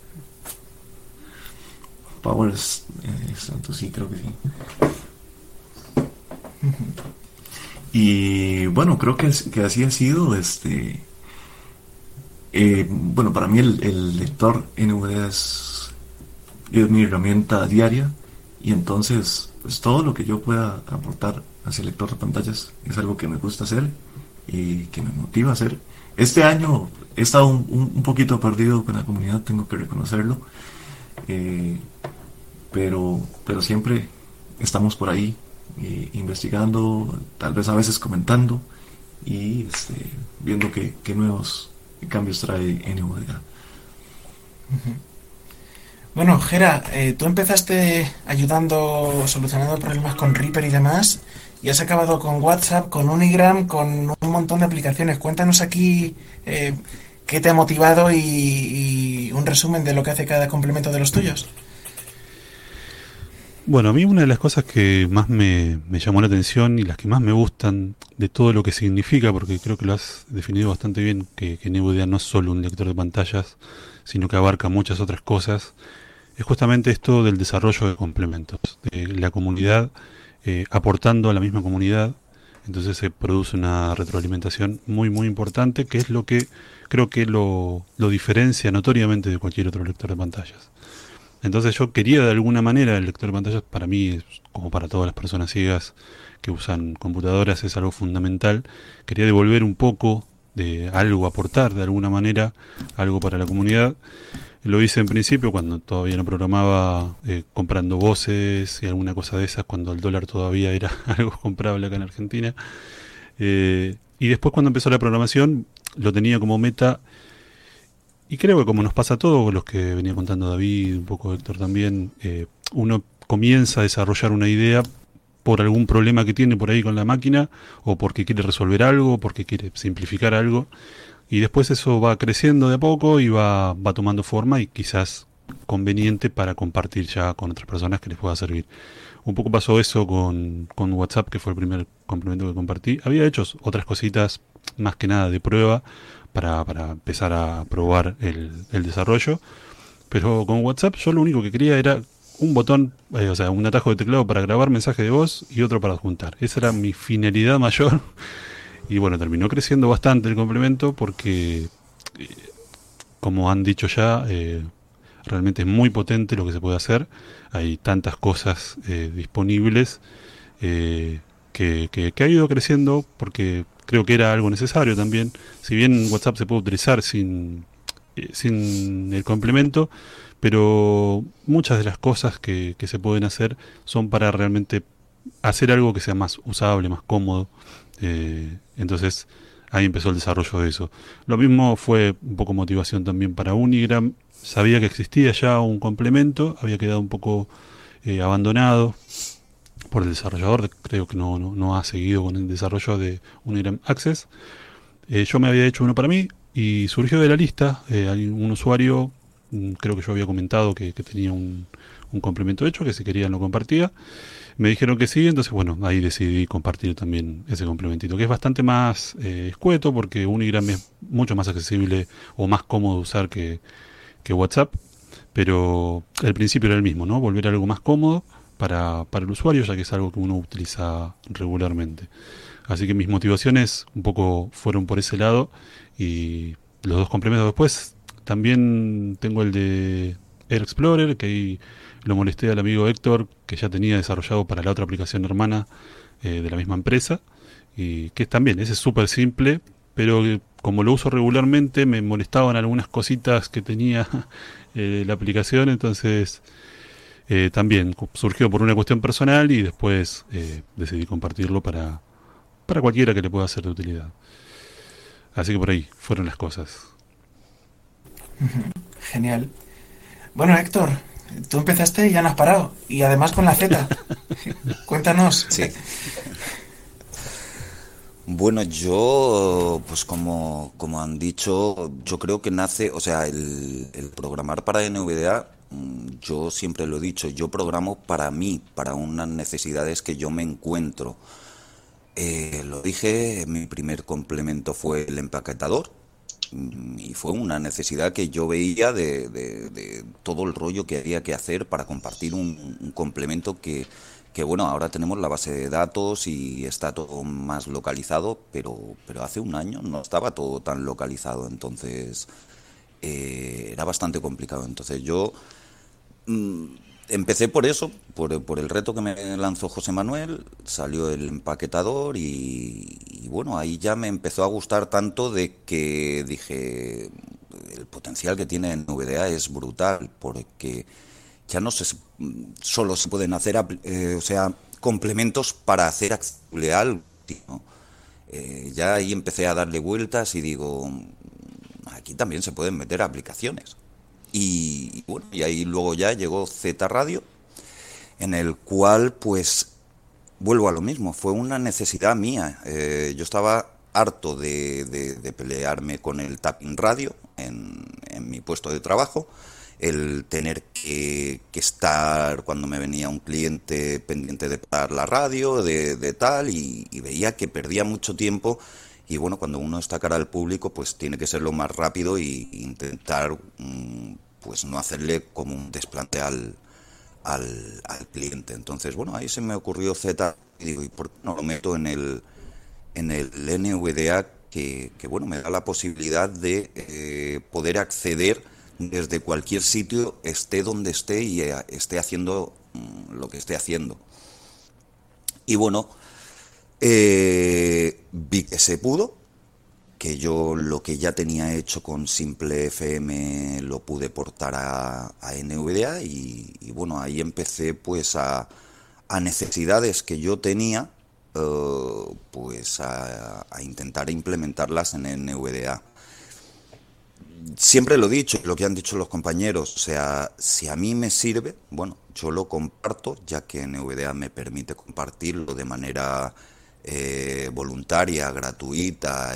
Power Status, sí, creo que sí. Y bueno, creo que así ha sido. Bueno, para mí el lector NVDA es mi herramienta diaria, y entonces pues todo lo que yo pueda aportar hacia el lector de pantallas es algo que me gusta hacer y que me motiva a hacer. Este año he estado un poquito perdido con la comunidad, tengo que reconocerlo, pero siempre estamos por ahí investigando, tal vez a veces comentando y viendo qué nuevos cambios trae NVDA. Bueno, Gera, tú empezaste ayudando, solucionando problemas con Reaper y demás, y has acabado con WhatsApp, con Unigram, con un montón de aplicaciones. Cuéntanos aquí qué te ha motivado y un resumen de lo que hace cada complemento de los tuyos. Bueno, a mí una de las cosas que más me llamó la atención y las que más me gustan de todo lo que significa, porque creo que lo has definido bastante bien, que NVDA no es solo un lector de pantallas, sino que abarca muchas otras cosas, es justamente esto del desarrollo de complementos, de la comunidad aportando a la misma comunidad. Entonces se produce una retroalimentación muy muy importante, que es lo que creo que lo diferencia notoriamente de cualquier otro lector de pantallas. Entonces yo quería de alguna manera, el lector de pantallas para mí, como para todas las personas ciegas que usan computadoras, es algo fundamental. Quería devolver un poco de algo, aportar de alguna manera algo para la comunidad. Lo hice en principio cuando todavía no programaba, comprando voces y alguna cosa de esas, cuando el dólar todavía era algo comprable acá en Argentina. Y después cuando empezó la programación lo tenía como meta, y creo que como nos pasa a todos, los que venía contando David, un poco Héctor también, uno comienza a desarrollar una idea por algún problema que tiene por ahí con la máquina, o porque quiere resolver algo, o porque quiere simplificar algo, y después eso va creciendo de a poco y va tomando forma y quizás conveniente para compartir ya con otras personas que les pueda servir. Un poco pasó eso con WhatsApp, que fue el primer complemento que compartí. Había hecho otras cositas más que nada de prueba para empezar a probar el desarrollo, pero con WhatsApp yo lo único que quería era un botón, o sea, un atajo de teclado para grabar mensaje de voz y otro para adjuntar. Esa era mi finalidad mayor. Y bueno, terminó creciendo bastante el complemento porque, eh, como han dicho ya, realmente es muy potente lo que se puede hacer. Hay tantas cosas disponibles, que ha ido creciendo porque creo que era algo necesario también. Si bien WhatsApp se puede utilizar sin el complemento, pero muchas de las cosas que se pueden hacer son para realmente hacer algo que sea más usable, más cómodo. Entonces ahí empezó el desarrollo de eso. Lo mismo fue un poco motivación también para Unigram. Sabía que existía ya un complemento, había quedado un poco abandonado por el desarrollador, creo que no ha seguido con el desarrollo de Unigram Access. Yo me había hecho uno para mí y surgió de la lista. Hay un usuario, creo que yo había comentado que tenía un complemento hecho, que si querían lo compartía. Me dijeron que sí, entonces bueno, ahí decidí compartir también ese complementito, que es bastante más escueto porque Unigram es mucho más accesible o más cómodo de usar que WhatsApp, pero el principio era el mismo, ¿no? Volver a algo más cómodo para el usuario, ya que es algo que uno utiliza regularmente. Así que mis motivaciones un poco fueron por ese lado, y los dos complementos después. También tengo el de Air Explorer, que ahí lo molesté al amigo Héctor, que ya tenía desarrollado para la otra aplicación hermana de la misma empresa, y que también, ese es súper simple, pero como lo uso regularmente me molestaban algunas cositas que tenía la aplicación. Entonces también surgió por una cuestión personal y después decidí compartirlo para cualquiera que le pueda ser de utilidad. Así que por ahí fueron las cosas. Genial. Bueno, Héctor, tú empezaste y ya no has parado. Y además con la Z. Cuéntanos. Sí. Bueno, yo, pues como han dicho, yo creo que nace, o sea, el programar para NVDA, yo siempre lo he dicho, yo programo para mí, para unas necesidades que yo me encuentro. Lo dije, mi primer complemento fue el empaquetador, y fue una necesidad que yo veía de todo el rollo que había que hacer para compartir un complemento que bueno, ahora tenemos la base de datos y está todo más localizado, pero hace un año no estaba todo tan localizado. Entonces era bastante complicado. Entonces yo mm, empecé por eso, por el reto que me lanzó José Manuel. Salió el empaquetador y bueno, ahí ya me empezó a gustar tanto de que dije, el potencial que tiene en VDA es brutal, porque ya no solo se pueden hacer o sea, complementos para hacer accesible algo, ¿no? Ya ahí empecé a darle vueltas y digo, aquí también se pueden meter aplicaciones. Y bueno, y ahí luego ya llegó Z Radio, en el cual pues vuelvo a lo mismo, fue una necesidad mía. Yo estaba harto de pelearme con el tapping radio en mi puesto de trabajo, el tener que estar cuando me venía un cliente pendiente de parar la radio, de tal, y veía que perdía mucho tiempo. Y bueno, cuando uno está cara al público, pues tiene que ser lo más rápido y intentar pues no hacerle como un desplante al cliente. Entonces, bueno, ahí se me ocurrió Z y digo, ¿y por qué no lo meto en el NVDA que bueno, me da la posibilidad de poder acceder desde cualquier sitio, esté donde esté y esté haciendo lo que esté haciendo? Y bueno, vi que se pudo, que yo lo que ya tenía hecho con Simple FM lo pude portar a NVDA y bueno, ahí empecé pues a necesidades que yo tenía, pues a intentar implementarlas en NVDA. Siempre lo he dicho, lo que han dicho los compañeros, o sea, si a mí me sirve, bueno, yo lo comparto, ya que NVDA me permite compartirlo de manera voluntaria, gratuita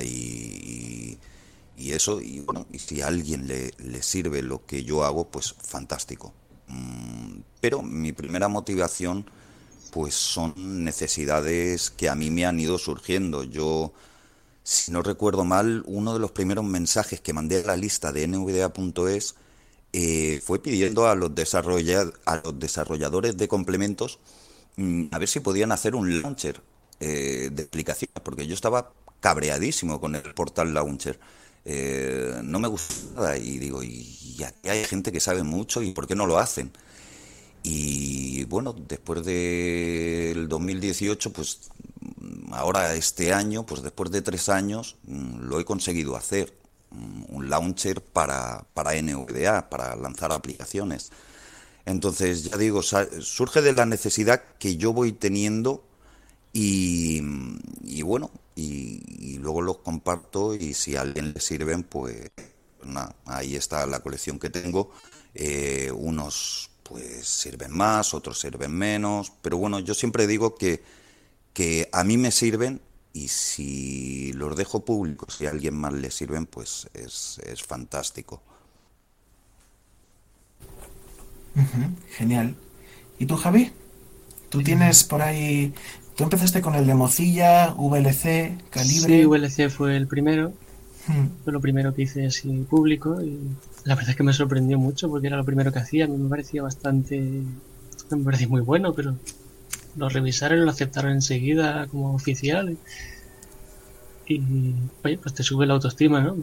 y eso, y bueno, y si a alguien le sirve lo que yo hago, pues fantástico. Pero mi primera motivación, pues son necesidades que a mí me han ido surgiendo. Yo, si no recuerdo mal, uno de los primeros mensajes que mandé a la lista de nvda.es fue pidiendo a los desarrolladores de complementos a ver si podían hacer un launcher de aplicaciones, porque yo estaba cabreadísimo con el Portal Launcher. No me gustaba y digo, y aquí hay gente que sabe mucho y ¿por qué no lo hacen? Y bueno, después del 2018, pues ahora este año, pues después de 3 años, lo he conseguido hacer. Un launcher para NVDA, para lanzar aplicaciones. Entonces, ya digo, surge de la necesidad que yo voy teniendo y bueno, y luego los comparto y si a alguien le sirven, pues nada, ahí está la colección que tengo. Unos pues sirven más, otros sirven menos, pero bueno, yo siempre digo que a mí me sirven y si los dejo públicos, si a alguien más le sirven, pues es fantástico. Genial. ¿Y tú, Javi? ¿Tú tienes por ahí... Tú empezaste con el de Mozilla, VLC, Sí, Calibre? VLC fue el primero, Hmm. fue lo primero que hice así público y la verdad es que me sorprendió mucho porque era lo primero que hacía. A mí me parecía bastante, no me parecía muy bueno, pero lo revisaron y lo aceptaron enseguida como oficial y oye, pues te sube la autoestima, ¿no?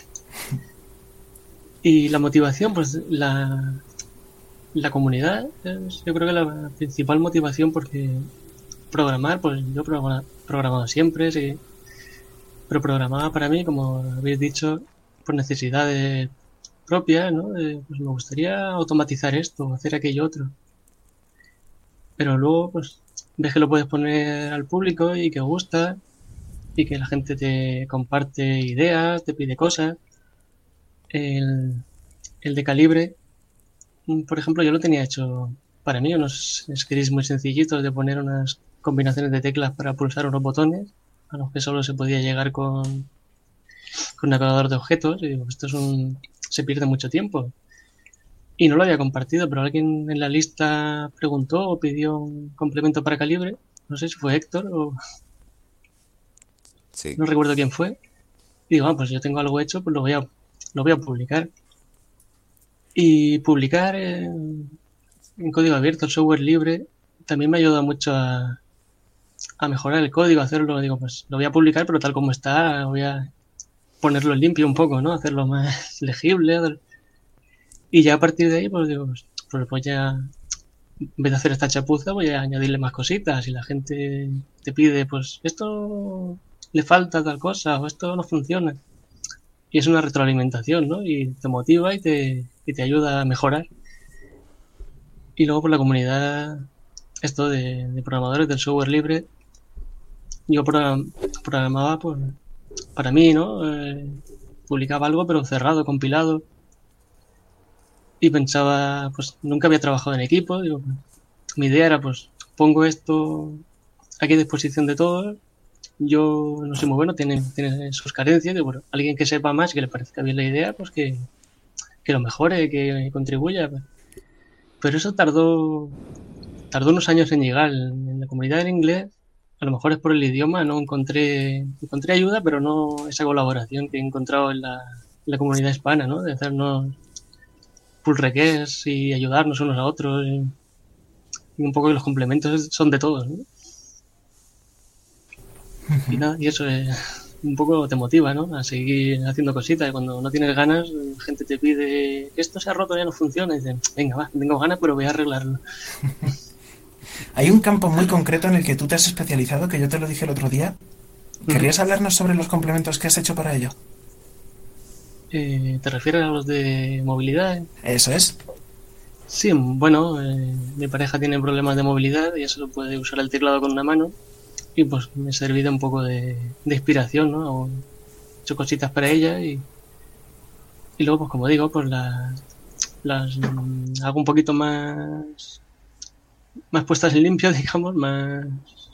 Y la motivación, pues la comunidad es, yo creo que la principal motivación, porque programar, pues yo he programado siempre, sí, pero programaba para mí, como habéis dicho, por necesidades propias, ¿no? Pues me gustaría automatizar esto, hacer aquello otro. Pero luego, pues, ves que lo puedes poner al público y que gusta y que la gente te comparte ideas, te pide cosas. El, el de Calibre, por ejemplo, yo lo tenía hecho para mí, unos scripts muy sencillitos de poner unas combinaciones de teclas para pulsar unos botones a los que solo se podía llegar con navegador de objetos. Y digo, se pierde mucho tiempo. Y no lo había compartido, pero alguien en la lista preguntó o pidió un complemento para Calibre. No sé si fue Héctor o Sí. no recuerdo quién fue. Y digo, pues yo tengo algo hecho, pues lo voy a publicar. Y publicar en código abierto, el software libre, también me ayuda mucho a mejorar el código, a hacerlo. Digo, pues lo voy a publicar, pero tal como está, voy a ponerlo limpio un poco, ¿no? Hacerlo más legible. Y ya a partir de ahí, pues digo, pues voy a, en vez de hacer esta chapuza, voy a añadirle más cositas. Y la gente te pide, pues esto le falta tal cosa, o esto no funciona. Y es una retroalimentación, ¿no? Y te motiva y te ayuda a mejorar. Y luego por la comunidad, esto de programadores del software libre, yo programaba pues, para mí, ¿no? Publicaba algo, pero cerrado, compilado. y pensaba, pues nunca había trabajado en equipo. Digo, mi idea era, pues pongo esto aquí a disposición de todos. Yo no soy muy bueno, tiene sus carencias. Digo, bueno, alguien que sepa más y que le parezca bien la idea, pues que lo mejore, que contribuya. Pero eso tardó unos años en llegar. En la comunidad en inglés, a lo mejor es por el idioma, no encontré ayuda, pero no esa colaboración que he encontrado en la comunidad hispana, ¿no? De hacernos pull requests y ayudarnos unos a otros. Y un poco que los complementos son de todos, ¿no? Y nada, y eso un poco te motiva, ¿no? A seguir haciendo cositas. Y cuando no tienes ganas, gente te pide que esto se ha roto, ya no funciona. Y dicen, venga, va, tengo ganas, pero voy a arreglarlo. Hay un campo muy concreto en el que tú te has especializado, que yo te lo dije el otro día. ¿Querrías hablarnos sobre los complementos que has hecho para ello? ¿Te refieres a los de movilidad? Eso es. Sí, bueno, mi pareja tiene problemas de movilidad y eso lo puede usar el teclado con una mano. Y pues me ha servido un poco de inspiración, ¿no? He hecho cositas para ella y luego, pues como digo, pues las hago un poquito más puestas en limpio, digamos, más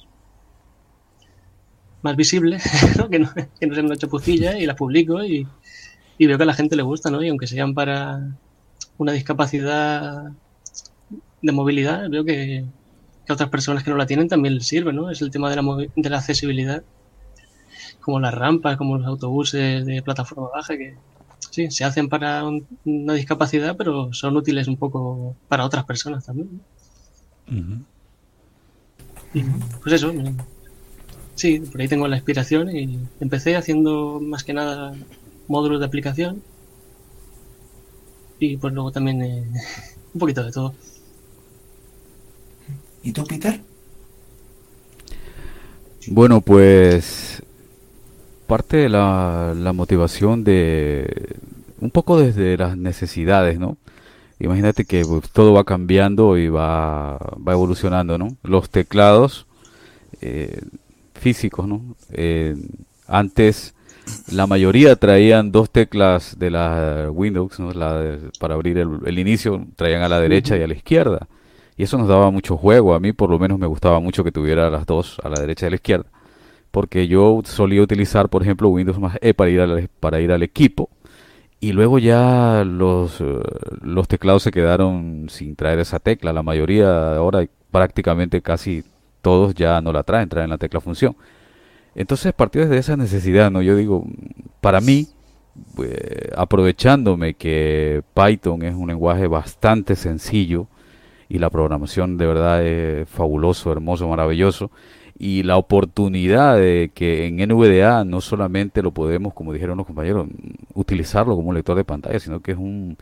visible, ¿no? Que no se me han hecho pucilla y las publico y veo que a la gente le gusta, ¿no? Y aunque sean para una discapacidad de movilidad, veo que a otras personas que no la tienen también les sirve, ¿no? Es el tema de la accesibilidad, como las rampas, como los autobuses de plataforma baja, que sí, se hacen para una discapacidad, pero son útiles un poco para otras personas también, ¿no? Y pues eso, sí, por ahí tengo la inspiración y empecé haciendo más que nada módulos de aplicación y pues luego también un poquito de todo. ¿Y tú, Peter? Bueno, pues parte de la motivación de un poco desde las necesidades, ¿no? Imagínate que pues, todo va cambiando y va evolucionando, ¿no? Los teclados físicos, ¿no? Antes la mayoría traían dos teclas de la Windows, ¿no? Para abrir el inicio, traían a la derecha y a la izquierda. Y eso nos daba mucho juego. A mí por lo menos me gustaba mucho que tuviera las dos, a la derecha y a la izquierda. Porque yo solía utilizar, por ejemplo, Windows más E para ir al equipo. Y luego ya los teclados se quedaron sin traer esa tecla. La mayoría ahora, prácticamente casi todos ya no la traen la tecla función. Entonces partió desde esa necesidad, ¿no? Yo digo, para mí, aprovechándome que Python es un lenguaje bastante sencillo, y la programación de verdad es fabuloso, hermoso, maravilloso, y la oportunidad de que en NVDA no solamente lo podemos, como dijeron los compañeros, utilizarlo como un lector de pantalla, sino que es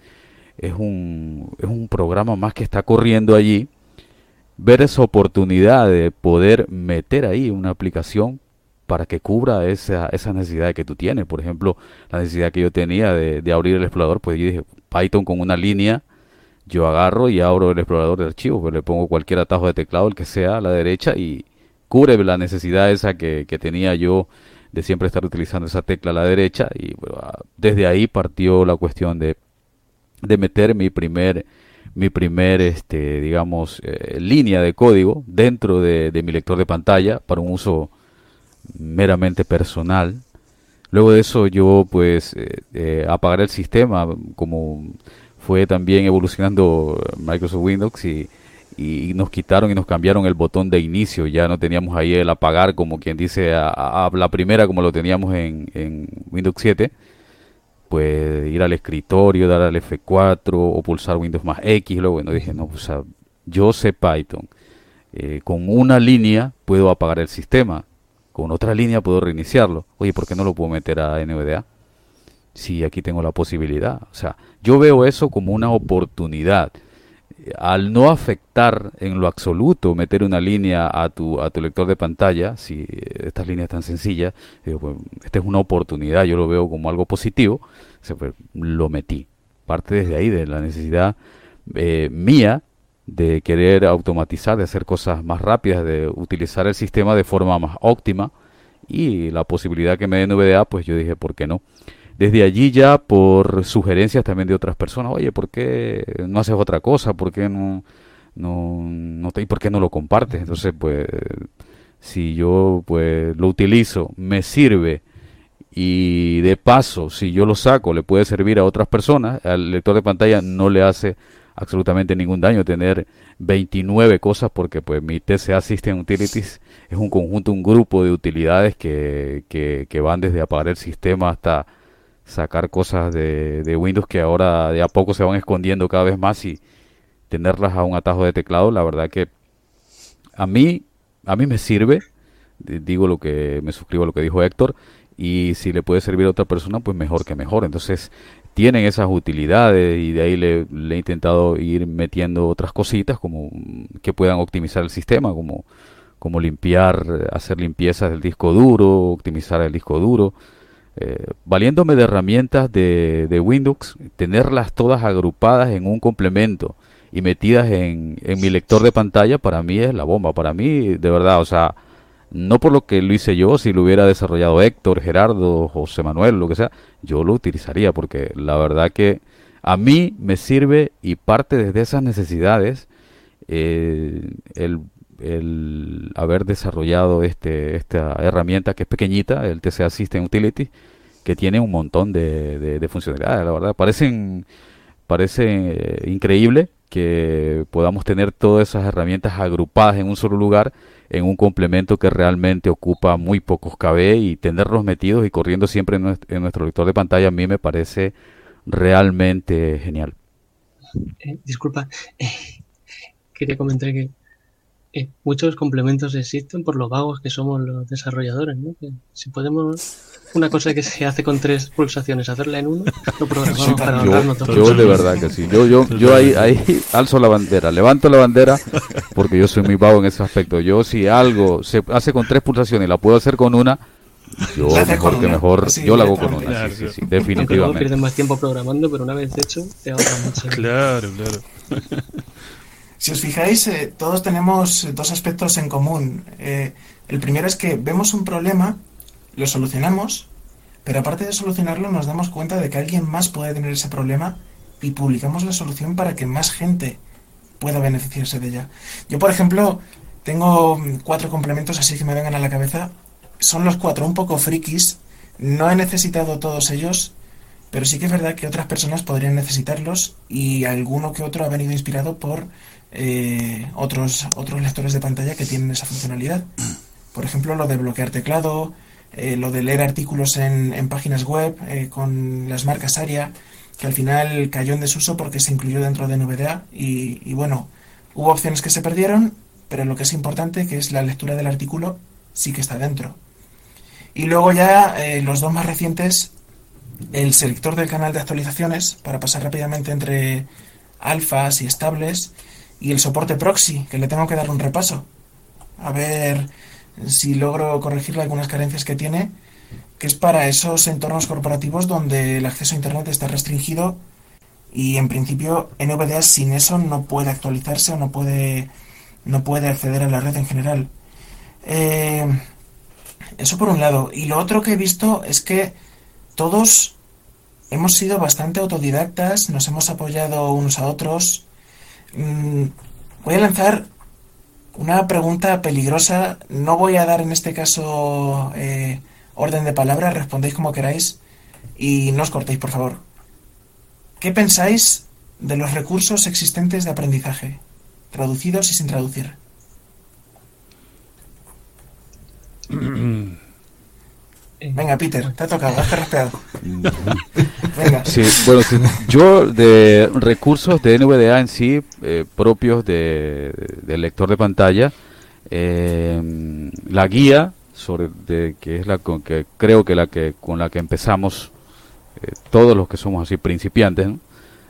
un programa más que está corriendo allí, ver esa oportunidad de poder meter ahí una aplicación para que cubra esa necesidad que tú tienes. Por ejemplo, la necesidad que yo tenía de abrir el explorador, pues yo dije, Python con una línea, yo agarro y abro el explorador de archivos, pues le pongo cualquier atajo de teclado, el que sea, a la derecha y cubre la necesidad esa que tenía yo de siempre estar utilizando esa tecla a la derecha. Y bueno, desde ahí partió la cuestión de meter mi primer digamos, línea de código dentro de mi lector de pantalla para un uso meramente personal. Luego de eso yo pues apagar el sistema, como fue también evolucionando Microsoft Windows y nos quitaron y nos cambiaron el botón de inicio. Ya no teníamos ahí el apagar, como quien dice, a la primera como lo teníamos en Windows 7. Pues ir al escritorio, dar al F4 o pulsar Windows más X. Luego bueno, dije, no, o sea, yo sé Python. Con una línea puedo apagar el sistema. Con otra línea puedo reiniciarlo. Oye, ¿por qué no lo puedo meter a NVDA? Si aquí tengo la posibilidad. O sea, yo veo eso como una oportunidad. Al no afectar en lo absoluto meter una línea a tu lector de pantalla, si estas líneas tan sencillas, digo, pues, esta es una oportunidad, yo lo veo como algo positivo, o sea, pues, lo metí. Parte desde ahí, de la necesidad mía de querer automatizar, de hacer cosas más rápidas, de utilizar el sistema de forma más óptima y la posibilidad que me dé NVDA, pues yo dije, ¿por qué no? desde allí ya por sugerencias también de otras personas, oye, ¿por qué no haces otra cosa? ¿Por qué y por qué no lo compartes? Entonces, pues, si yo pues lo utilizo, me sirve y de paso, si yo lo saco, le puede servir a otras personas, al lector de pantalla no le hace absolutamente ningún daño tener 29 cosas porque pues mi TCA System Utilities es un conjunto, un grupo de utilidades que van desde apagar el sistema hasta sacar cosas de Windows que ahora de a poco se van escondiendo cada vez más y tenerlas a un atajo de teclado, la verdad que a mí, a mí me sirve, digo lo que me suscribo a lo que dijo Héctor, y si le puede servir a otra persona, pues mejor que mejor. Entonces, tienen esas utilidades y de ahí le he intentado ir metiendo otras cositas como que puedan optimizar el sistema, como limpiar, hacer limpiezas del disco duro, optimizar el disco duro. Valiéndome de herramientas de Windows, tenerlas todas agrupadas en un complemento y metidas en mi lector de pantalla, para mí es la bomba. Para mí, de verdad, o sea, no por lo que lo hice yo, si lo hubiera desarrollado Héctor, Gerardo, José Manuel, lo que sea, yo lo utilizaría porque la verdad que a mí me sirve y parte desde esas necesidades el haber desarrollado esta herramienta que es pequeñita, el TCA System Utility, que tiene un montón de funcionalidades, la verdad. Parece increíble que podamos tener todas esas herramientas agrupadas en un solo lugar, en un complemento que realmente ocupa muy pocos KB, y tenerlos metidos y corriendo siempre en nuestro lector de pantalla a mí me parece realmente genial. Disculpa, quería comentar que muchos complementos existen por lo vagos que somos los desarrolladores, ¿no? Que si podemos una cosa que se hace con 3 pulsaciones, hacerla en uno, lo programamos para ahorrarnos todo. Yo de verdad que sí. Yo ahí alzo la bandera, levanto la bandera porque yo soy muy vago en ese aspecto. Yo si algo se hace con 3 pulsaciones y la puedo hacer con una, yo mejor Sí, yo la hago con una. Claro, Sí, Aunque luego definitivamente. pierdes más tiempo programando, pero una vez hecho, te ahorras mucho. Claro. Si os fijáis, todos tenemos dos aspectos en común. El primero es que vemos un problema, lo solucionamos, pero aparte de solucionarlo nos damos cuenta de que alguien más puede tener ese problema y publicamos la solución para que más gente pueda beneficiarse de ella. Yo, por ejemplo, tengo 4 complementos así que me vengan a la cabeza. Son los 4 un poco frikis. No he necesitado todos ellos, pero sí que es verdad que otras personas podrían necesitarlos y alguno que otro ha venido inspirado por otros lectores de pantalla que tienen esa funcionalidad. Por ejemplo, lo de bloquear teclado, lo de leer artículos en páginas web con las marcas ARIA, que al final cayó en desuso porque se incluyó dentro de NVDA y bueno, hubo opciones que se perdieron, pero lo que es importante, que es la lectura del artículo, sí que está dentro. Y luego ya los 2 más recientes, el selector del canal de actualizaciones para pasar rápidamente entre alfas y estables, y el soporte proxy, que le tengo que dar un repaso a ver si logro corregirle algunas carencias que tiene, que es para esos entornos corporativos donde el acceso a internet está restringido y en principio NVDA sin eso no puede actualizarse o no puede acceder a la red en general. Eso por un lado. Y lo otro que he visto es que todos hemos sido bastante autodidactas, nos hemos apoyado unos a otros. Voy a lanzar una pregunta peligrosa. No voy a dar en este caso orden de palabras, respondéis como queráis y no os cortéis, por favor. ¿Qué pensáis de los recursos existentes de aprendizaje, traducidos y sin traducir? Venga, Peter, te ha tocado, has raspeado. Venga. Sí, bueno, sí, yo de recursos de NVDA en sí, propios del lector de pantalla, la guía que es la con que creo que con la que empezamos todos los que somos así principiantes, ¿no?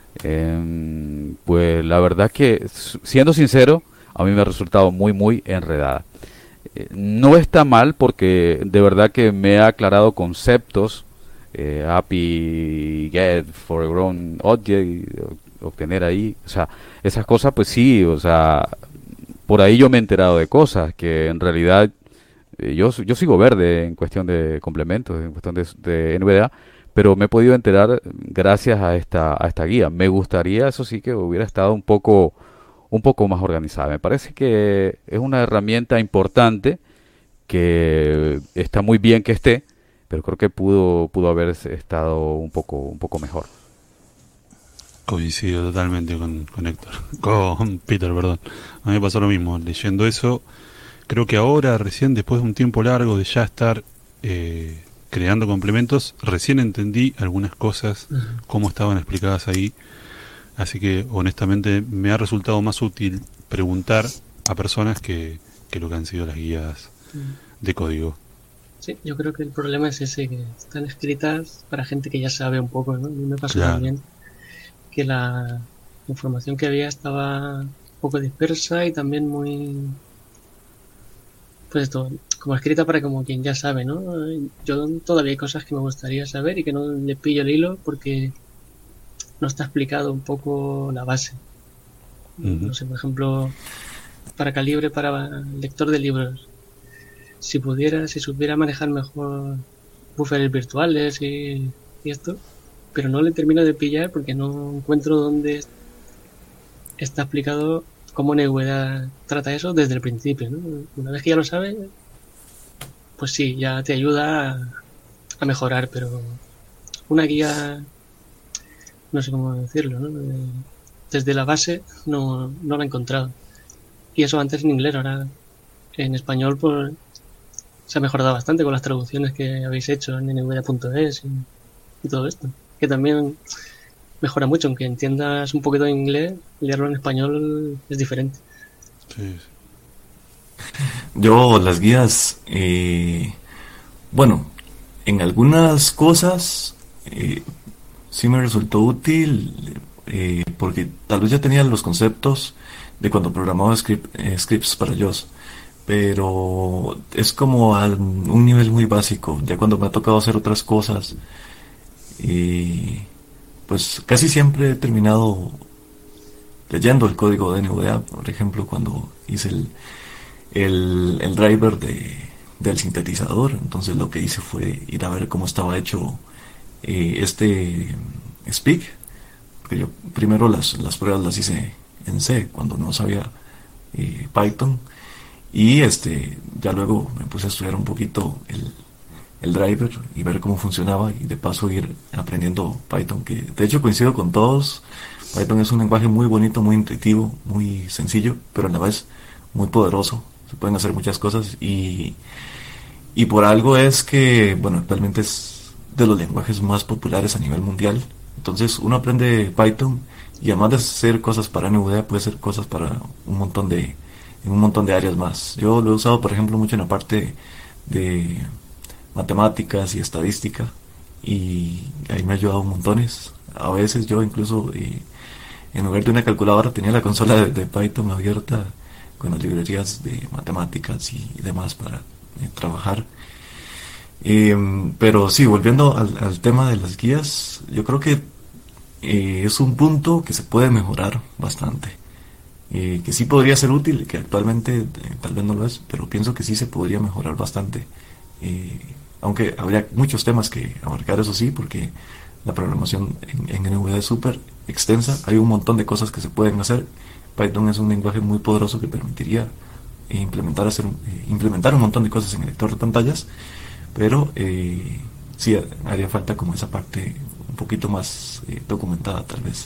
Pues la verdad que, siendo sincero, a mí me ha resultado muy enredada. No está mal porque de verdad que me ha aclarado conceptos, API get foreground object, obtener ahí, o sea, esas cosas pues sí, o sea, por ahí yo me he enterado de cosas que en realidad yo sigo verde en cuestión de complementos, en cuestión de NVDA, pero me he podido enterar gracias a esta guía. Me gustaría, eso sí, que hubiera estado un poco más organizada. Me parece que es una herramienta importante, que está muy bien que esté, pero creo que pudo haber estado un poco mejor. Coincido totalmente con Héctor, con Peter, perdón. A mí me pasó lo mismo, leyendo eso. Creo que ahora, recién después de un tiempo largo de ya estar creando complementos, recién entendí algunas cosas, cómo estaban explicadas ahí. Así que, honestamente, me ha resultado más útil preguntar a personas que lo que han sido las guías de código. Sí, yo creo que el problema es ese, que están escritas para gente que ya sabe un poco, ¿no? A mí me pasó Claro. también que la información que había estaba un poco dispersa y también muy, pues esto, como escrita para como quien ya sabe, ¿no? Yo todavía hay cosas que me gustaría saber y que no le pillo el hilo porque no está explicado un poco la base. Ujú. No sé, por ejemplo, para calibre, para lector de libros. Si supiera manejar mejor buffers virtuales y esto, pero no le termino de pillar porque no encuentro dónde está explicado cómo NVDA trata eso desde el principio, ¿no? Una vez que ya lo sabes, pues sí, ya te ayuda a mejorar, pero una guía, no sé cómo decirlo, ¿no? Desde la base no la he encontrado. Y eso antes en inglés, ahora en español pues se ha mejorado bastante con las traducciones que habéis hecho en nvda.es y todo esto. Que también mejora mucho, aunque entiendas un poquito de inglés, leerlo en español es diferente. Sí, sí. Yo las guías, bueno, en algunas cosas sí me resultó útil, porque tal vez ya tenía los conceptos de cuando programaba scripts para JOS, pero es como a un nivel muy básico. Ya cuando me ha tocado hacer otras cosas, pues casi siempre he terminado leyendo el código de NVDA. Por ejemplo, cuando hice el driver del sintetizador, entonces lo que hice fue ir a ver cómo estaba hecho este speak, porque yo primero las pruebas las hice en C cuando no sabía Python, y ya luego me puse a estudiar un poquito el driver y ver cómo funcionaba, y de paso ir aprendiendo Python, que de hecho coincido con todos. Python es un lenguaje muy bonito, muy intuitivo, muy sencillo, pero a la vez muy poderoso. Se pueden hacer muchas cosas, y por algo es que, bueno, actualmente es de los lenguajes más populares a nivel mundial. Entonces uno aprende Python y además de hacer cosas para NVDA, puede hacer cosas para en un montón de áreas más. Yo lo he usado, por ejemplo, mucho en la parte de matemáticas y estadística, y ahí me ha ayudado montones. A veces yo incluso, en lugar de una calculadora, tenía la consola de Python abierta con las librerías de matemáticas y demás para trabajar. Pero sí, volviendo al tema de las guías, yo creo que es un punto que se puede mejorar bastante, que sí podría ser útil, que actualmente tal vez no lo es, pero pienso que sí se podría mejorar bastante, aunque habría muchos temas que abarcar, eso sí, porque la programación en NVDA es súper extensa, hay un montón de cosas que se pueden hacer. Python es un lenguaje muy poderoso que permitiría implementar un montón de cosas en el lector de pantallas, pero sí haría falta como esa parte un poquito más documentada, tal vez.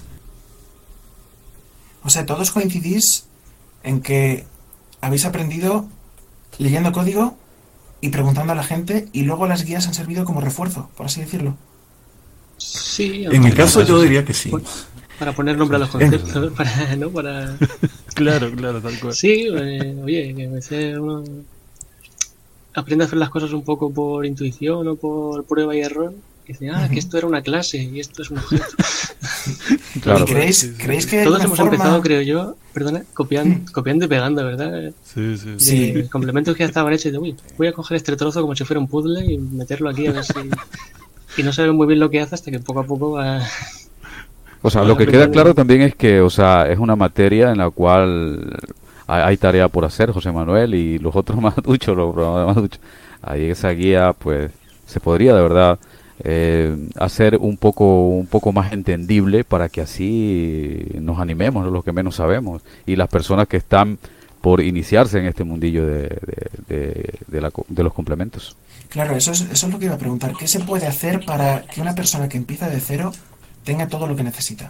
O sea, todos coincidís en que habéis aprendido leyendo código y preguntando a la gente, y luego las guías han servido como refuerzo, por así decirlo. Sí, En mi caso yo diría que sí. para poner nombre a los conceptos, ¿no? Claro, tal cual. Sí, oye, que a veces uno aprende a hacer las cosas un poco por intuición o por prueba y error. Y dice, que esto era una clase y esto es un objeto. Claro. ¿Y creéis que Todos hay una hemos forma... empezado, creo yo, copiando y pegando, ¿verdad? Sí. Sí. De complementos que ya estaban hechos, de voy a coger este trozo como si fuera un puzzle y meterlo aquí a ver si... Y no sabe muy bien lo que hace hasta que poco a poco va... O sea, lo que queda claro también es que, o sea, es una materia en la cual hay tarea por hacer, José Manuel y los otros maduchos, los programadores maduchos. Ahí esa guía, pues, se podría de verdad hacer un poco más entendible para que así nos animemos, ¿no? Los que menos sabemos, y las personas que están por iniciarse en este mundillo de los complementos. Claro, eso es lo que iba a preguntar. ¿Qué se puede hacer para que una persona que empieza de cero tenga todo lo que necesita?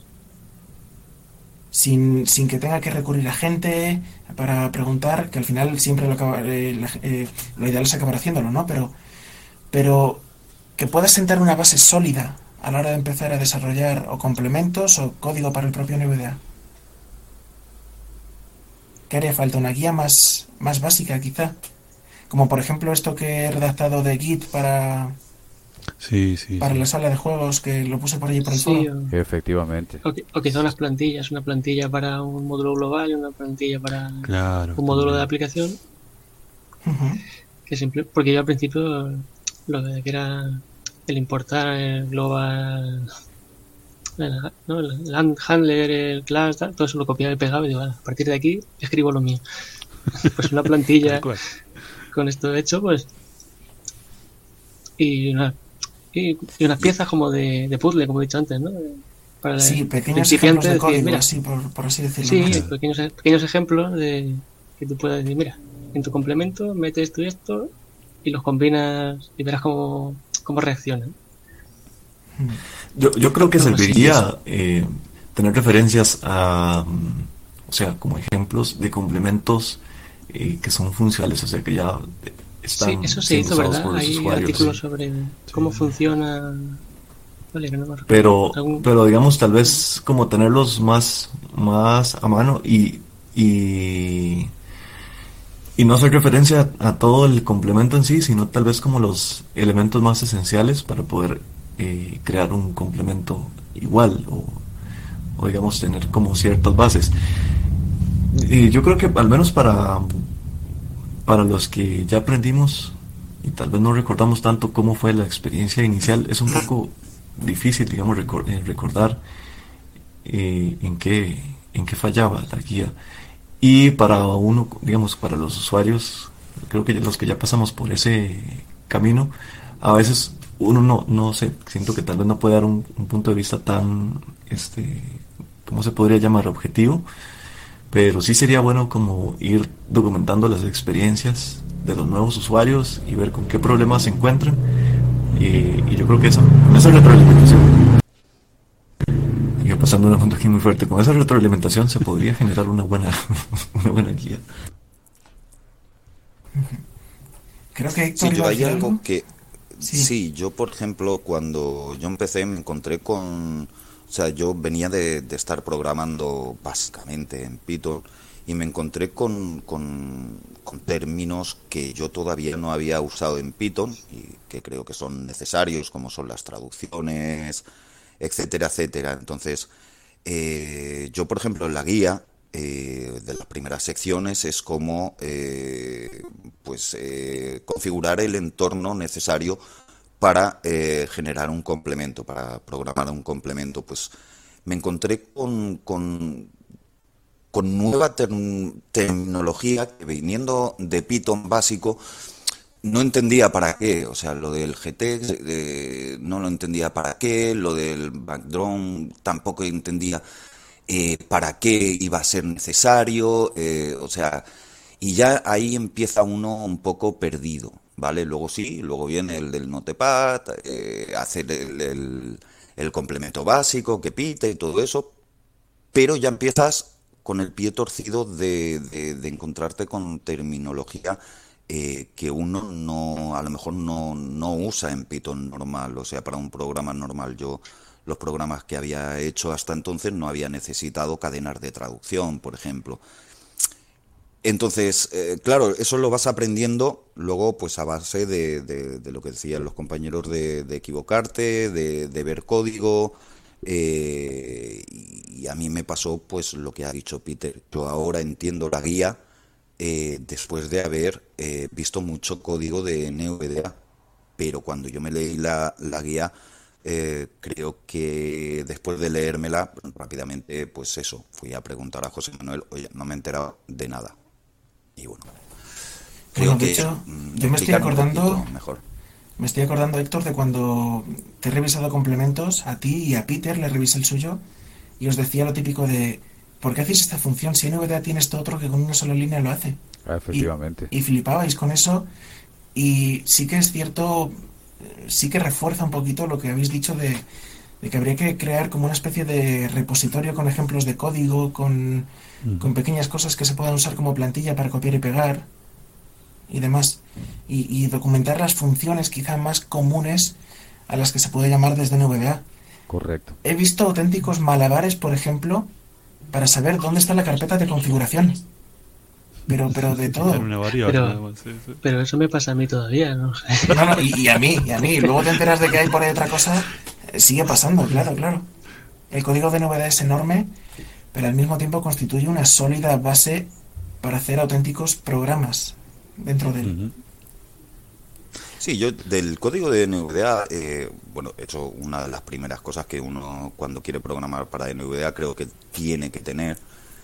Sin que tenga que recurrir a gente para preguntar, que al final siempre lo ideal es acabar haciéndolo, ¿no? Pero que puedas sentar una base sólida a la hora de empezar a desarrollar o complementos o código para el propio NVDA. ¿Qué haría falta? ¿Una guía más básica, quizá? Como por ejemplo esto que he redactado de Git para la sala de juegos, que lo puse por allí por el foro. Efectivamente. O quizá unas plantillas, una plantilla para un módulo global y una plantilla para un módulo de aplicación. Uh-huh. Que simple, porque yo al principio lo que era el importar el global, el handler, el class, todo eso lo copiaba y pegaba y digo, a partir de aquí escribo lo mío. Pues una plantilla con esto hecho, pues y unas piezas como de puzzle, como he dicho antes, ¿no? Para pequeños ejemplos de código, mira, así, por así decirlo. Sí, pequeños ejemplos de que tú puedas decir, mira, en tu complemento metes esto y esto y los combinas y verás cómo reaccionan. Yo creo que serviría tener referencias a, o sea, como ejemplos de complementos que son funcionales, o sea, que ya están. Sí, eso se hizo, ¿verdad? Hay artículos sobre cómo funciona. Vale, que no me recuerdo. Pero digamos, tal vez como tenerlos más a mano y no hacer referencia a todo el complemento en sí, sino tal vez como los elementos más esenciales para poder crear un complemento igual o digamos tener como ciertas bases. Y yo creo que al menos para los que ya aprendimos y tal vez no recordamos tanto cómo fue la experiencia inicial, es un poco difícil, digamos, recordar en qué fallaba la guía. Y para uno, digamos, para los usuarios, creo que los que ya pasamos por ese camino, a veces uno no sé, siento que tal vez no puede dar un punto de vista tan, ¿cómo se podría llamar? Objetivo, pero sí sería bueno como ir documentando las experiencias de los nuevos usuarios y ver con qué problemas se encuentran, y yo creo que con esa retroalimentación, y pasando una punto aquí muy fuerte, con esa retroalimentación se podría generar una buena guía. Creo que Héctor sí, iba a hay decir algo algo. que sí, yo por ejemplo cuando yo empecé me encontré con, o sea, yo venía de estar programando básicamente en Python y me encontré con términos que yo todavía no había usado en Python y que creo que son necesarios, como son las traducciones, etcétera, etcétera. Entonces, yo, por ejemplo, en la guía de las primeras secciones es como configurar el entorno necesario para generar un complemento, para programar un complemento. Pues me encontré con nueva terminología que, viniendo de Python básico, no entendía para qué. O sea, lo del GT no lo entendía para qué, lo del background tampoco entendía para qué iba a ser necesario, o sea, y ya ahí empieza uno un poco perdido, ¿vale? Luego viene el del Notepad, hacer el complemento básico que pite y todo eso, pero ya empiezas con el pie torcido de encontrarte con terminología que uno no, a lo mejor no usa en Python normal, o sea, para un programa normal. Yo los programas que había hecho hasta entonces no había necesitado cadenas de traducción, por ejemplo. Entonces, claro, eso lo vas aprendiendo luego pues a base de lo que decían los compañeros, de equivocarte, de ver código, y a mí me pasó pues lo que ha dicho Peter. Yo ahora entiendo la guía después de haber visto mucho código de NVDA, pero cuando yo me leí la guía, creo que después de leérmela rápidamente, pues eso, fui a preguntar a José Manuel, oye, no me he enterado de nada. Y bueno, creo Bueno, de que hecho, yo me estoy acordando, mejor. Me estoy acordando, Héctor, de cuando te he revisado complementos, a ti y a Peter le revisé el suyo, y os decía lo típico de, ¿por qué hacéis esta función si en VDA tiene esto otro que con una sola línea lo hace? Ah, Y, efectivamente. y flipabais con eso, y sí que es cierto, sí que refuerza un poquito lo que habéis dicho de que habría que crear como una especie de repositorio con ejemplos de código, con Ujú. pequeñas cosas que se puedan usar como plantilla para copiar y pegar y demás, y documentar las funciones quizá más comunes a las que se puede llamar desde NVDA. Correcto. He visto auténticos malabares, por ejemplo, para saber dónde está la carpeta de configuración, pero de Fijar todo. una variable nada Pero, más. Sí, sí. pero eso me pasa a mí todavía, no sé. No, no, y a mí, y a mí. Luego te enteras de que hay por ahí otra cosa, sigue pasando, claro, claro. El código de NVDA es enorme, pero al mismo tiempo constituye una sólida base para hacer auténticos programas dentro de él. Ujú. Sí, yo del código de NVDA, bueno, he hecho una de las primeras cosas que uno cuando quiere programar para NVDA creo que tiene que tener.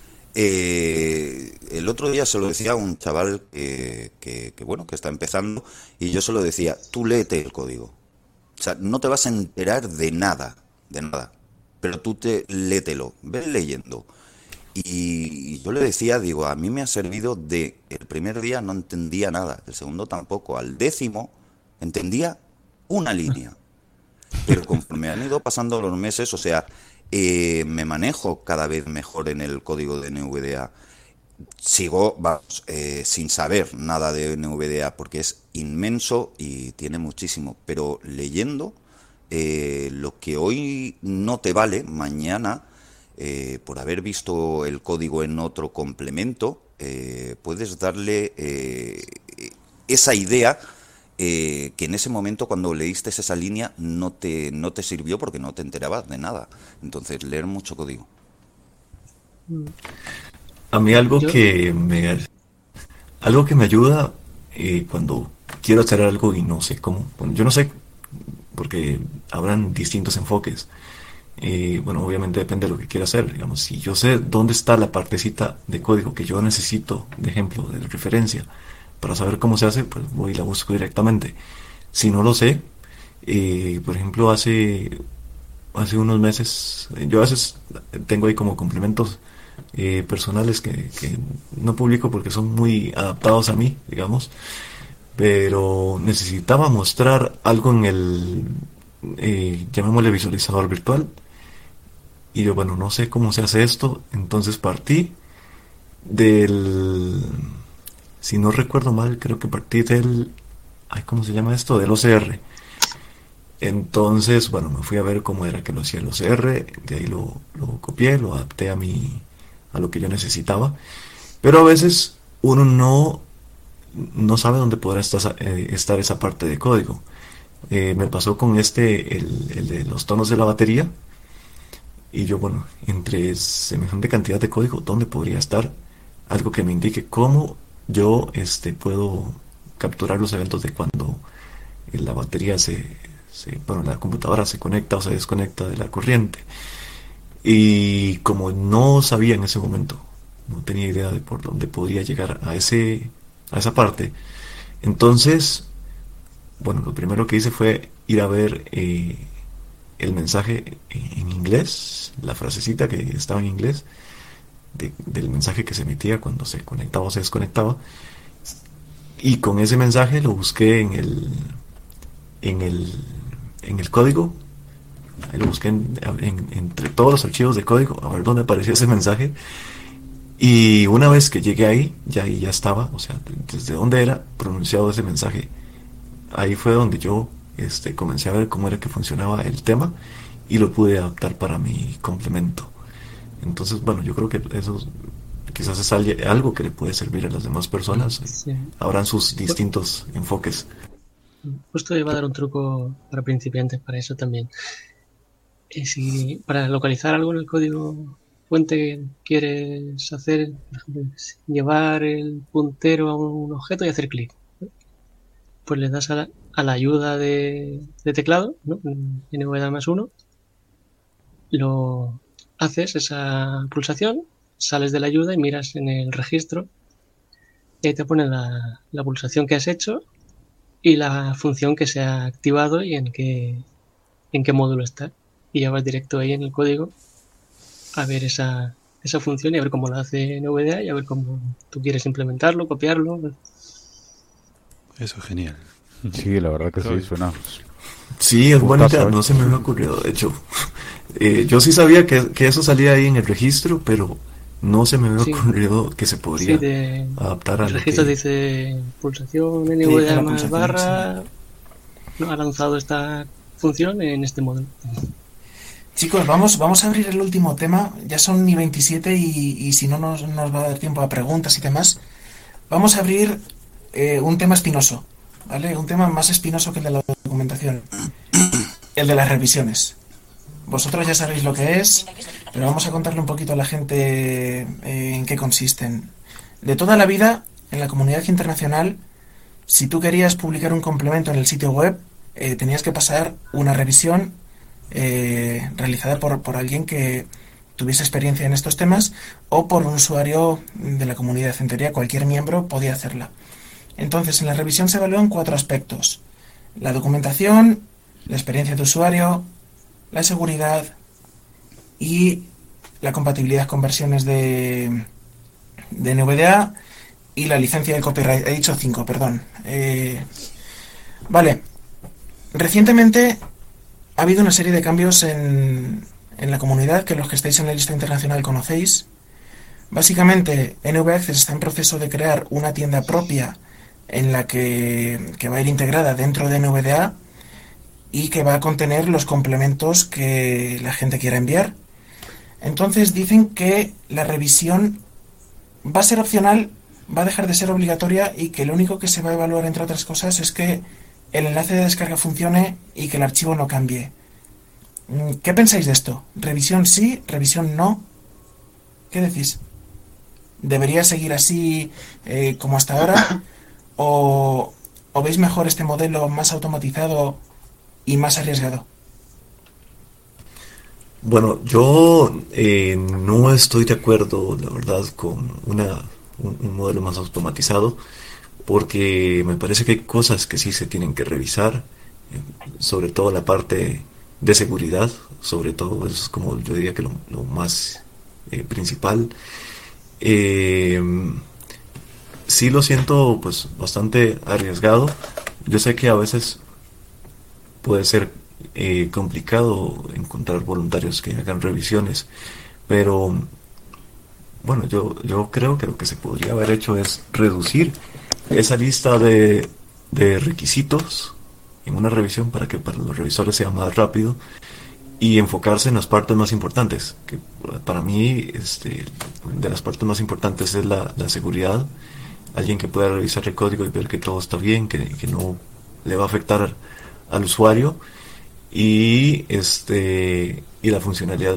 El otro día se lo decía a un chaval bueno, que está empezando, y yo se lo decía, tú léete el código. O sea, no te vas a enterar de nada, pero tú léetelo, ves leyendo. Y yo le decía, digo, a mí me ha servido de, el primer día no entendía nada, el segundo tampoco, al décimo entendía una línea, pero conforme han ido pasando los meses, o sea, me manejo cada vez mejor en el código de NVDA. Sigo, vamos, sin saber nada de NVDA porque es inmenso y tiene muchísimo, pero leyendo lo que hoy no te vale, mañana, por haber visto el código en otro complemento, puedes darle esa idea que en ese momento cuando leíste esa línea no te sirvió porque no te enterabas de nada. Entonces, leer mucho código. Mm. A mí Yo, algo que me ayuda cuando quiero hacer algo y no sé cómo. Bueno, yo no sé porque habrán distintos enfoques. Bueno, obviamente depende de lo que quiera hacer. Digamos, si yo sé dónde está la partecita de código que yo necesito, de ejemplo, de referencia, para saber cómo se hace, pues voy y la busco directamente. Si no lo sé, por ejemplo, hace unos meses, yo a veces tengo ahí como complementos personales que no publico porque son muy adaptados a mí, digamos, pero necesitaba mostrar algo en el, llamémosle visualizador virtual, y yo, bueno, no sé cómo se hace esto, entonces partí del, si no recuerdo mal, creo que partí del, ay, ¿cómo se llama esto? Del OCR. Entonces, bueno, me fui a ver cómo era que lo hacía el OCR, de ahí lo copié, lo adapté a lo que yo necesitaba, pero a veces uno no sabe dónde podrá estar esa parte de código. Me pasó con el de los tonos de la batería, y yo, bueno, entre semejante cantidad de código, ¿dónde podría estar algo que me indique cómo yo puedo capturar los eventos de cuando la batería bueno, la computadora se conecta o se desconecta de la corriente? Y como no sabía en ese momento, no tenía idea de por dónde podría llegar a esa parte, entonces, bueno, lo primero que hice fue ir a ver el mensaje en inglés, la frasecita que estaba en inglés, del mensaje que se emitía cuando se conectaba o se desconectaba, y con ese mensaje lo busqué en el, en el código. Ahí lo busqué entre todos los archivos de código a ver dónde aparecía ese mensaje. Y una vez que llegué ahí ya estaba, o sea, desde dónde era pronunciado ese mensaje. Ahí fue donde yo comencé a ver cómo era que funcionaba el tema y lo pude adaptar para mi complemento. Entonces, bueno, yo creo que eso quizás es algo que le puede servir a las demás personas. sí. Habrán sus distintos enfoques. Justo iba a dar un truco para principiantes para eso también. Si para localizar algo en el código fuente que quieres hacer, por ejemplo, llevar el puntero a un objeto y hacer clic, pues le das a la ayuda de teclado, ¿no? NVDA más uno, lo haces esa pulsación, sales de la ayuda y miras en el registro y ahí te pone la pulsación que has hecho y la función que se ha activado y en qué módulo está. Y ya vas directo ahí en el código a ver esa función y a ver cómo la hace NVDA y a ver cómo tú quieres implementarlo, copiarlo. Eso es genial. Sí, la verdad que sí, suena. Sí, es buena Gustazo, idea, ¿eh? no se me había ocurrido. De hecho, yo sí sabía que eso salía ahí en el registro, pero no se me había Sí, ocurrido que se sí, podría adaptar a el lo registro que... dice pulsación Te dice NVDA la más pulsación, sí. barra, ¿no? Ha lanzado esta función en este módulo. Chicos, vamos a abrir el último tema. Ya son ni 27 y si no nos va a dar tiempo a preguntas y demás. Vamos a abrir un tema espinoso, ¿vale? Un tema más espinoso que el de la documentación. El de las revisiones. Vosotros ya sabéis lo que es, pero vamos a contarle un poquito a la gente en qué consisten. De toda la vida, en la comunidad internacional, si tú querías publicar un complemento en el sitio web, tenías que pasar una revisión realizada por alguien que tuviese experiencia en estos temas o por un usuario de la comunidad. En teoría, cualquier miembro podía hacerla. Entonces, en la revisión se evalúan 4 aspectos: la documentación, la experiencia de usuario, la seguridad y la compatibilidad con versiones de NVDA y la licencia de copyright. He dicho 5, perdón. Vale. Recientemente ha habido una serie de cambios en la comunidad que los que estáis en la lista internacional conocéis. Básicamente, NV Access está en proceso de crear una tienda propia en la que va a ir integrada dentro de NVDA y que va a contener los complementos que la gente quiera enviar. Entonces dicen que la revisión va a ser opcional, va a dejar de ser obligatoria y que lo único que se va a evaluar, entre otras cosas, es que el enlace de descarga funcione y que el archivo no cambie. ¿Qué pensáis de esto? ¿Revisión sí? ¿Revisión no? ¿Qué decís? ¿Debería seguir así como hasta ahora? ¿O veis mejor este modelo más automatizado y más arriesgado? Bueno, yo no estoy de acuerdo, la verdad, con un modelo más automatizado, porque me parece que hay cosas que sí se tienen que revisar, sobre todo la parte de seguridad, sobre todo eso es como yo diría que lo más principal. Eh, sí lo siento pues bastante arriesgado. Yo sé que a veces puede ser complicado encontrar voluntarios que hagan revisiones, pero bueno, yo creo que lo que se podría haber hecho es reducir esa lista de requisitos en una revisión para que para los revisores sea más rápido y enfocarse en las partes más importantes, que para mí de las partes más importantes es la seguridad, alguien que pueda revisar el código y ver que todo está bien, que no le va a afectar al usuario y la funcionalidad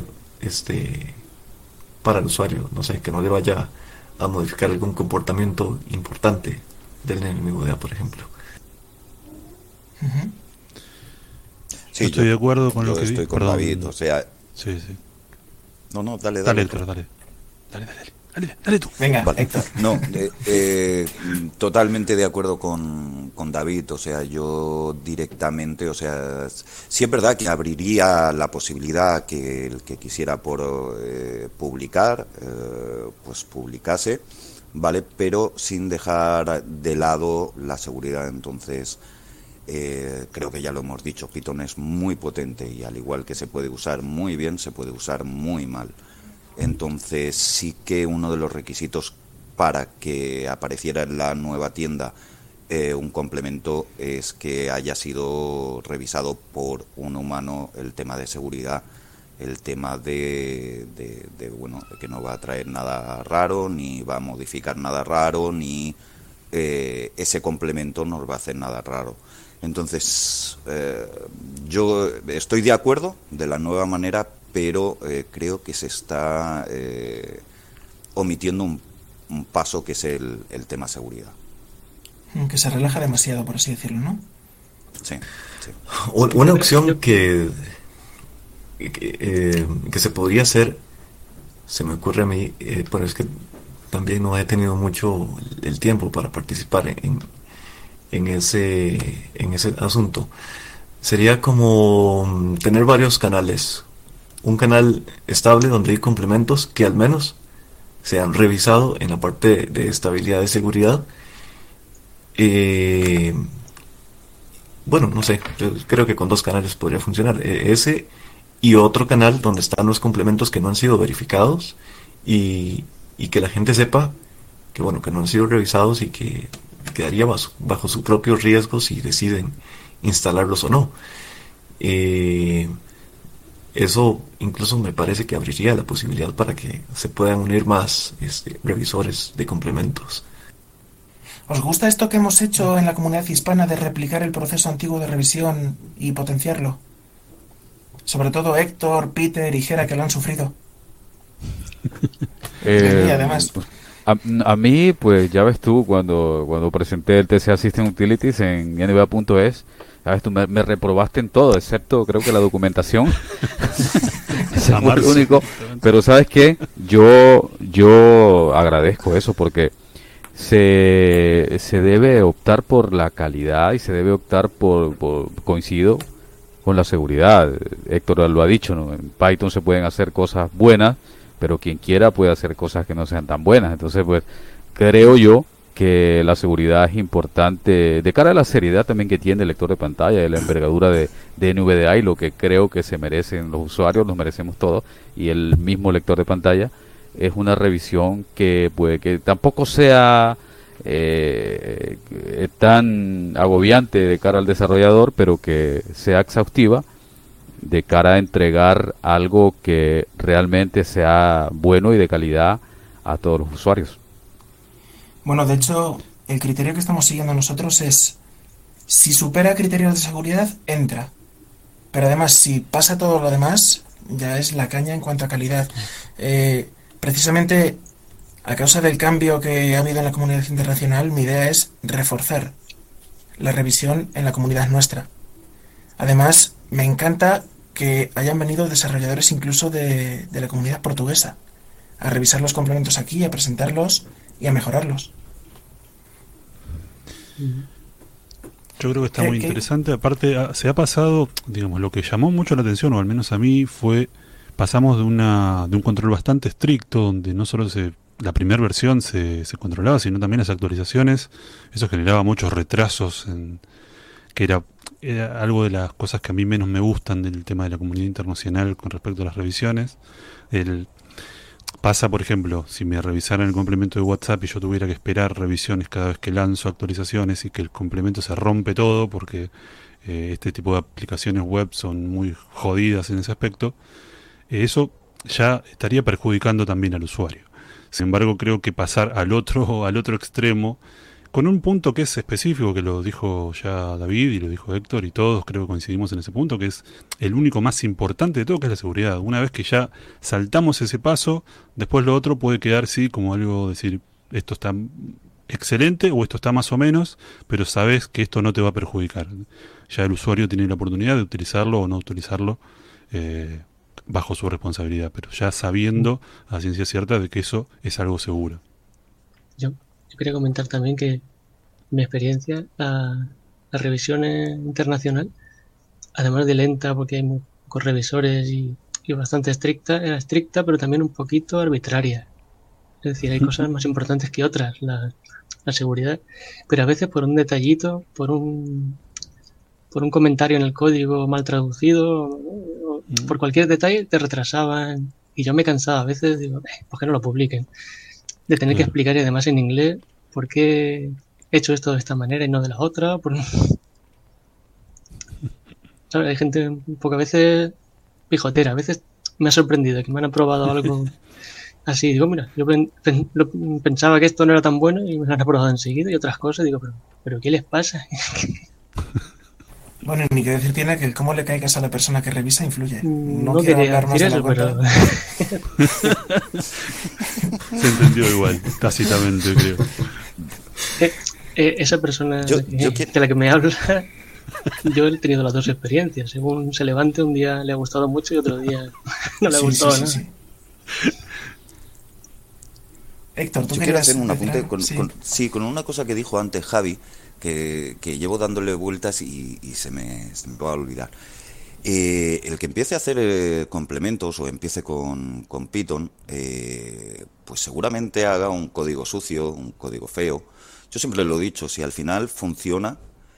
para el usuario, no sé, que no le vaya a modificar algún comportamiento importante del enemigo de, por ejemplo. Uh-huh. Sí, Yo estoy de acuerdo con lo yo que estoy con perdón. David, o sea, Sí, sí. no, dale, Dale, dale. Héctor, dale. Dale tú. Venga, Vale. Héctor. No, totalmente de acuerdo con David, o sea, yo directamente, o sea, sí es verdad que abriría la posibilidad que el que quisiera publicar, pues publicase, ¿vale? Pero sin dejar de lado la seguridad. Entonces, creo que ya lo hemos dicho, Python es muy potente y al igual que se puede usar muy bien, se puede usar muy mal. Entonces sí que uno de los requisitos para que apareciera en la nueva tienda un complemento es que haya sido revisado por un humano el tema de seguridad, el tema de bueno, de que no va a traer nada raro, ni va a modificar nada raro, ni ese complemento nos va a hacer nada raro. Entonces yo estoy de acuerdo de la nueva manera, pero creo que se está omitiendo un paso que es el tema seguridad. Que se relaja demasiado, por así decirlo, ¿no? Sí, sí. Una opción que se podría hacer, se me ocurre a mí, pero es que también no he tenido mucho el tiempo para participar en ese asunto. Sería como tener varios canales. Un canal estable donde hay complementos que al menos se han revisado en la parte de estabilidad de seguridad. Eh, bueno, no sé, yo creo que con dos canales podría funcionar. Ese y otro canal donde están los complementos que no han sido verificados y que la gente sepa que bueno, que no han sido revisados y que quedaría bajo su propio riesgo si deciden instalarlos o no. Eh, Eso incluso me parece que abriría la posibilidad para que se puedan unir más revisores de complementos. ¿Os gusta esto que hemos hecho en la comunidad hispana de replicar el proceso antiguo de revisión y potenciarlo? Sobre todo Héctor, Peter y Gera, que lo han sufrido. Y además, A mí, pues ya ves tú, cuando presenté el TCA System Utilities en NBA.es, sabes tú, me reprobaste en todo, excepto creo que la documentación. Ese fue el único. Pero ¿sabes qué? Yo agradezco eso porque se debe optar por la calidad y se debe optar coincido con la seguridad. Héctor lo ha dicho, ¿no? En Python se pueden hacer cosas buenas, pero quien quiera puede hacer cosas que no sean tan buenas. Entonces, pues, creo yo que la seguridad es importante de cara a la seriedad también que tiene el lector de pantalla y la envergadura de NVDA y lo que creo que se merecen los usuarios, los merecemos todos, y el mismo lector de pantalla. Es una revisión que puede que tampoco sea tan agobiante de cara al desarrollador, pero que sea exhaustiva de cara a entregar algo que realmente sea bueno y de calidad a todos los usuarios. bueno, de hecho, el criterio que estamos siguiendo nosotros es, si supera criterios de seguridad, entra. Pero además, si pasa todo lo demás, ya es la caña en cuanto a calidad. Precisamente, a causa del cambio que ha habido en la comunidad internacional, mi idea es reforzar la revisión en la comunidad nuestra. Además, me encanta que hayan venido desarrolladores incluso de la comunidad portuguesa a revisar los complementos aquí, a presentarlos y a mejorarlos. Yo creo que está muy interesante. Aparte, se ha pasado, digamos, lo que llamó mucho la atención, o al menos a mí, pasamos de un control bastante estricto, donde no solo la primera versión se controlaba, sino también las actualizaciones. Eso generaba muchos retrasos, que era algo de las cosas que a mí menos me gustan del tema de la comunidad internacional con respecto a las revisiones. Pasa, por ejemplo, si me revisaran el complemento de WhatsApp y yo tuviera que esperar revisiones cada vez que lanzo actualizaciones y que el complemento se rompe todo porque este tipo de aplicaciones web son muy jodidas en ese aspecto, eso ya estaría perjudicando también al usuario. Sin embargo, creo que pasar al otro extremo, con un punto que es específico, que lo dijo ya David y lo dijo Héctor, y todos creo que coincidimos en ese punto, que es el único más importante de todo, que es la seguridad. Una vez que ya saltamos ese paso, después lo otro puede quedar, sí, como algo, decir, esto está excelente o esto está más o menos, pero sabes que esto no te va a perjudicar. Ya el usuario tiene la oportunidad de utilizarlo o no utilizarlo bajo su responsabilidad, pero ya sabiendo a ciencia cierta de que eso es algo seguro. Yo quería comentar también que mi experiencia, la revisión internacional, además de lenta porque hay muy pocos revisores y bastante estricta, era estricta pero también un poquito arbitraria. Es decir, hay cosas más importantes que otras, la seguridad, pero a veces por un detallito, por un comentario en el código mal traducido, por cualquier detalle te retrasaban y yo me cansaba a veces, digo, ¿por qué no lo publiquen? De tener que explicar, y además en inglés, por qué he hecho esto de esta manera y no de la otra. ¿Sabes? Hay gente un poco a veces pijotera. A veces me ha sorprendido que me han aprobado algo así. Digo, mira, yo pensaba que esto no era tan bueno y me lo han aprobado enseguida y otras cosas. Digo, pero ¿qué les pasa? Bueno, ni que decir tiene que el cómo le caigas a la persona que revisa influye. No quería decir eso, pero... Se entendió igual, tácitamente, creo. Esa persona de la que me habla, yo he tenido las dos experiencias. Según se levante, un día le ha gustado mucho y otro día no le ha gustado nada. Sí. Héctor, ¿tú yo quiero hacer un apunte con una cosa que dijo antes Javi, que llevo dándole vueltas y se me va a olvidar. El que empiece a hacer complementos o empiece con Python, pues seguramente haga un código sucio, un código feo. Yo siempre lo he dicho, si al final funciona,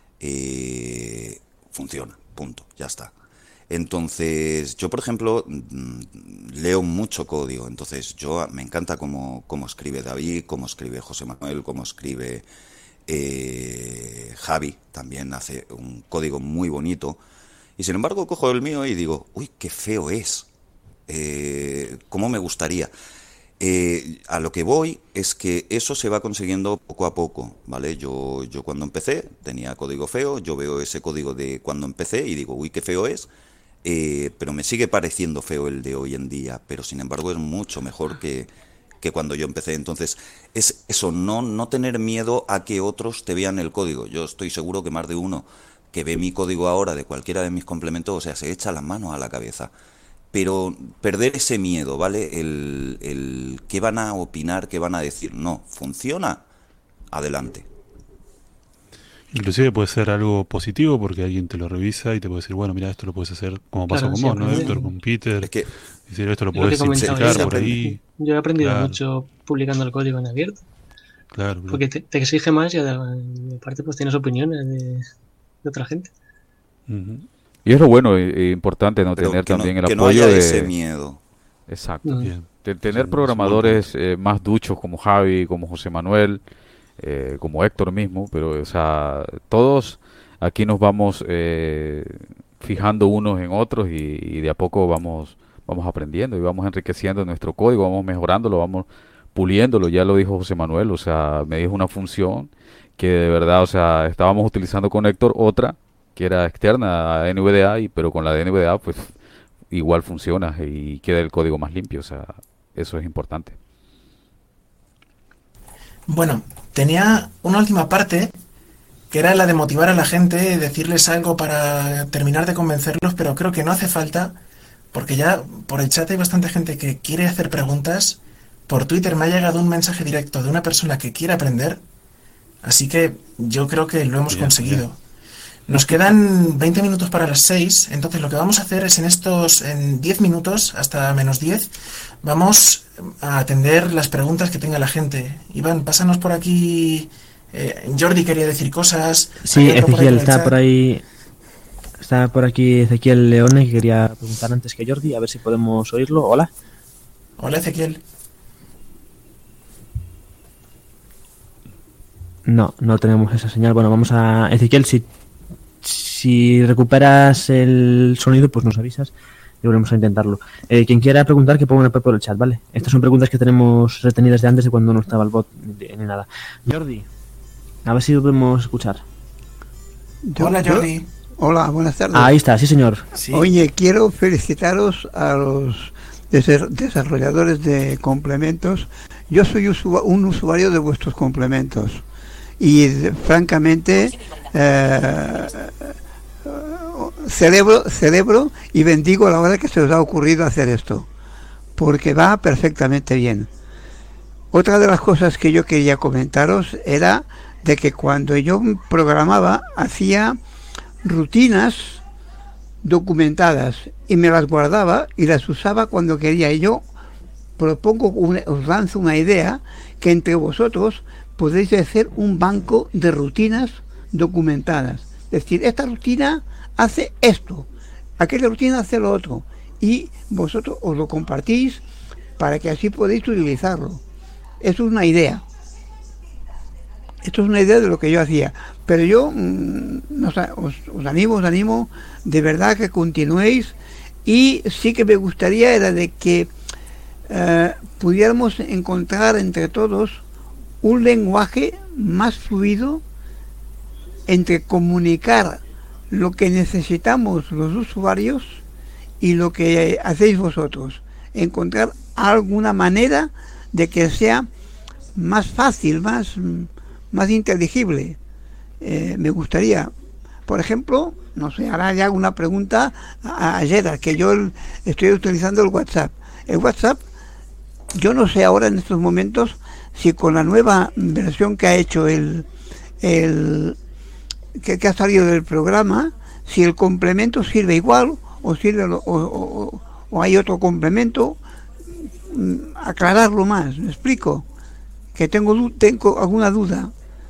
funciona, punto, ya está. Entonces, yo por ejemplo leo mucho código, entonces me encanta cómo escribe David, cómo escribe José Manuel, cómo escribe Javi, también hace un código muy bonito. Y sin embargo cojo el mío y digo, uy, qué feo es, cómo me gustaría. A lo que voy es que eso se va consiguiendo poco a poco, ¿vale? Yo cuando empecé tenía código feo, yo veo ese código de cuando empecé y digo, uy, qué feo es, pero me sigue pareciendo feo el de hoy en día, pero sin embargo es mucho mejor que cuando yo empecé. Entonces, es eso, no tener miedo a que otros te vean el código. Yo estoy seguro que más de uno que ve mi código ahora de cualquiera de mis complementos, o sea, se echa las manos a la cabeza. Pero perder ese miedo, ¿vale? El qué van a opinar, qué van a decir. No, funciona, adelante. Inclusive puede ser algo positivo porque alguien te lo revisa y te puede decir, bueno, mira, esto lo puedes hacer como pasó con vos, ¿no, Héctor? Con Peter. Es que decir, esto lo Lo puedes que comentaba simplificar yo, por ahí. yo he aprendido Claro. mucho publicando el código en abierto, Claro, porque te exige más y aparte pues tienes opiniones de otra gente. Ujú. Y es lo bueno e importante, ¿no? pero Tener que también el que no apoyo haya de... ese miedo. Exacto. Mm. Bien. Tener Sí, programadores más duchos como Javi, como José Manuel, como Héctor mismo, pero, o sea, todos aquí nos vamos fijando unos en otros y de a poco vamos aprendiendo y vamos enriqueciendo nuestro código, vamos mejorándolo, vamos puliéndolo. Ya lo dijo José Manuel, o sea, me dijo una función que de verdad, o sea, estábamos utilizando con Héctor otra que era externa a NVDA, pero con la de NVDA pues igual funciona y queda el código más limpio, o sea, eso es importante. Bueno, tenía una última parte que era la de motivar a la gente, decirles algo para terminar de convencerlos, pero creo que no hace falta, porque ya por el chat hay bastante gente que quiere hacer preguntas. Por Twitter me ha llegado un mensaje directo de una persona que quiere aprender, así que yo creo que lo hemos Bien, conseguido. bien. Nos quedan 20 minutos para las 6, entonces lo que vamos a hacer es en 10 minutos, hasta menos 10, vamos a atender las preguntas que tenga la gente. Iván, pásanos por aquí. Jordi quería decir cosas. Sí, hay otro por ahí Ezequiel por el está chat. por ahí. Está por aquí Ezequiel Leone, que quería preguntar antes que Jordi, a ver si podemos oírlo. Hola. Hola, Ezequiel. No tenemos esa señal. Bueno, vamos a... Ezequiel, si recuperas el sonido, pues nos avisas y volvemos a intentarlo. Quien quiera preguntar, que ponga por el chat, ¿vale? Estas son preguntas que tenemos retenidas de antes de cuando no estaba el bot ni nada. Jordi, a ver si lo podemos escuchar. Hola, Jordi. Hola, buenas tardes. Ahí está, sí señor. Sí. Oye, quiero felicitaros a los desarrolladores de complementos. Yo soy un usuario de vuestros complementos y francamente celebro y bendigo a la hora que se os ha ocurrido hacer esto, porque va perfectamente bien. Otra de las cosas que yo quería comentaros era de que cuando yo programaba hacía rutinas documentadas y me las guardaba y las usaba cuando quería. Y yo os lanzo una idea, que entre vosotros podéis hacer un banco de rutinas documentadas. Es decir, esta rutina hace esto, aquella rutina hace lo otro, y vosotros os lo compartís para que así podéis utilizarlo. Eso es una idea. Esto es una idea de lo que yo hacía, pero yo os animo de verdad que continuéis, y sí que me gustaría era de que pudiéramos encontrar entre todos un lenguaje más fluido entre comunicar lo que necesitamos los usuarios y lo que hacéis vosotros. Encontrar alguna manera de que sea más fácil, más inteligible. Me gustaría, por ejemplo, no sé, ahora ya hago una pregunta a Gerard, que yo estoy utilizando el WhatsApp. El WhatsApp, yo no sé ahora en estos momentos si con la nueva versión que ha hecho el que ha salido del programa, si el complemento sirve igual o sirve o hay otro complemento, aclararlo más, ¿me explico? Que tengo alguna duda.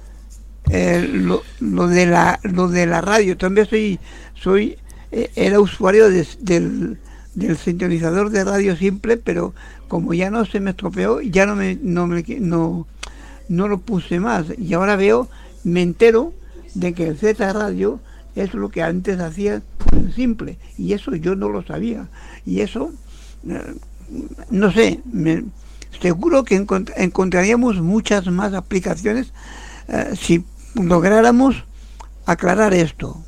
Lo de la radio, también era usuario del sintonizador de radio simple, pero como ya no se me estropeó, ya no lo puse más, y ahora me entero de que el Z Radio es lo que antes hacía con el simple, y eso yo no lo sabía, y eso no sé, seguro que encontraríamos muchas más aplicaciones si lográramos aclarar esto.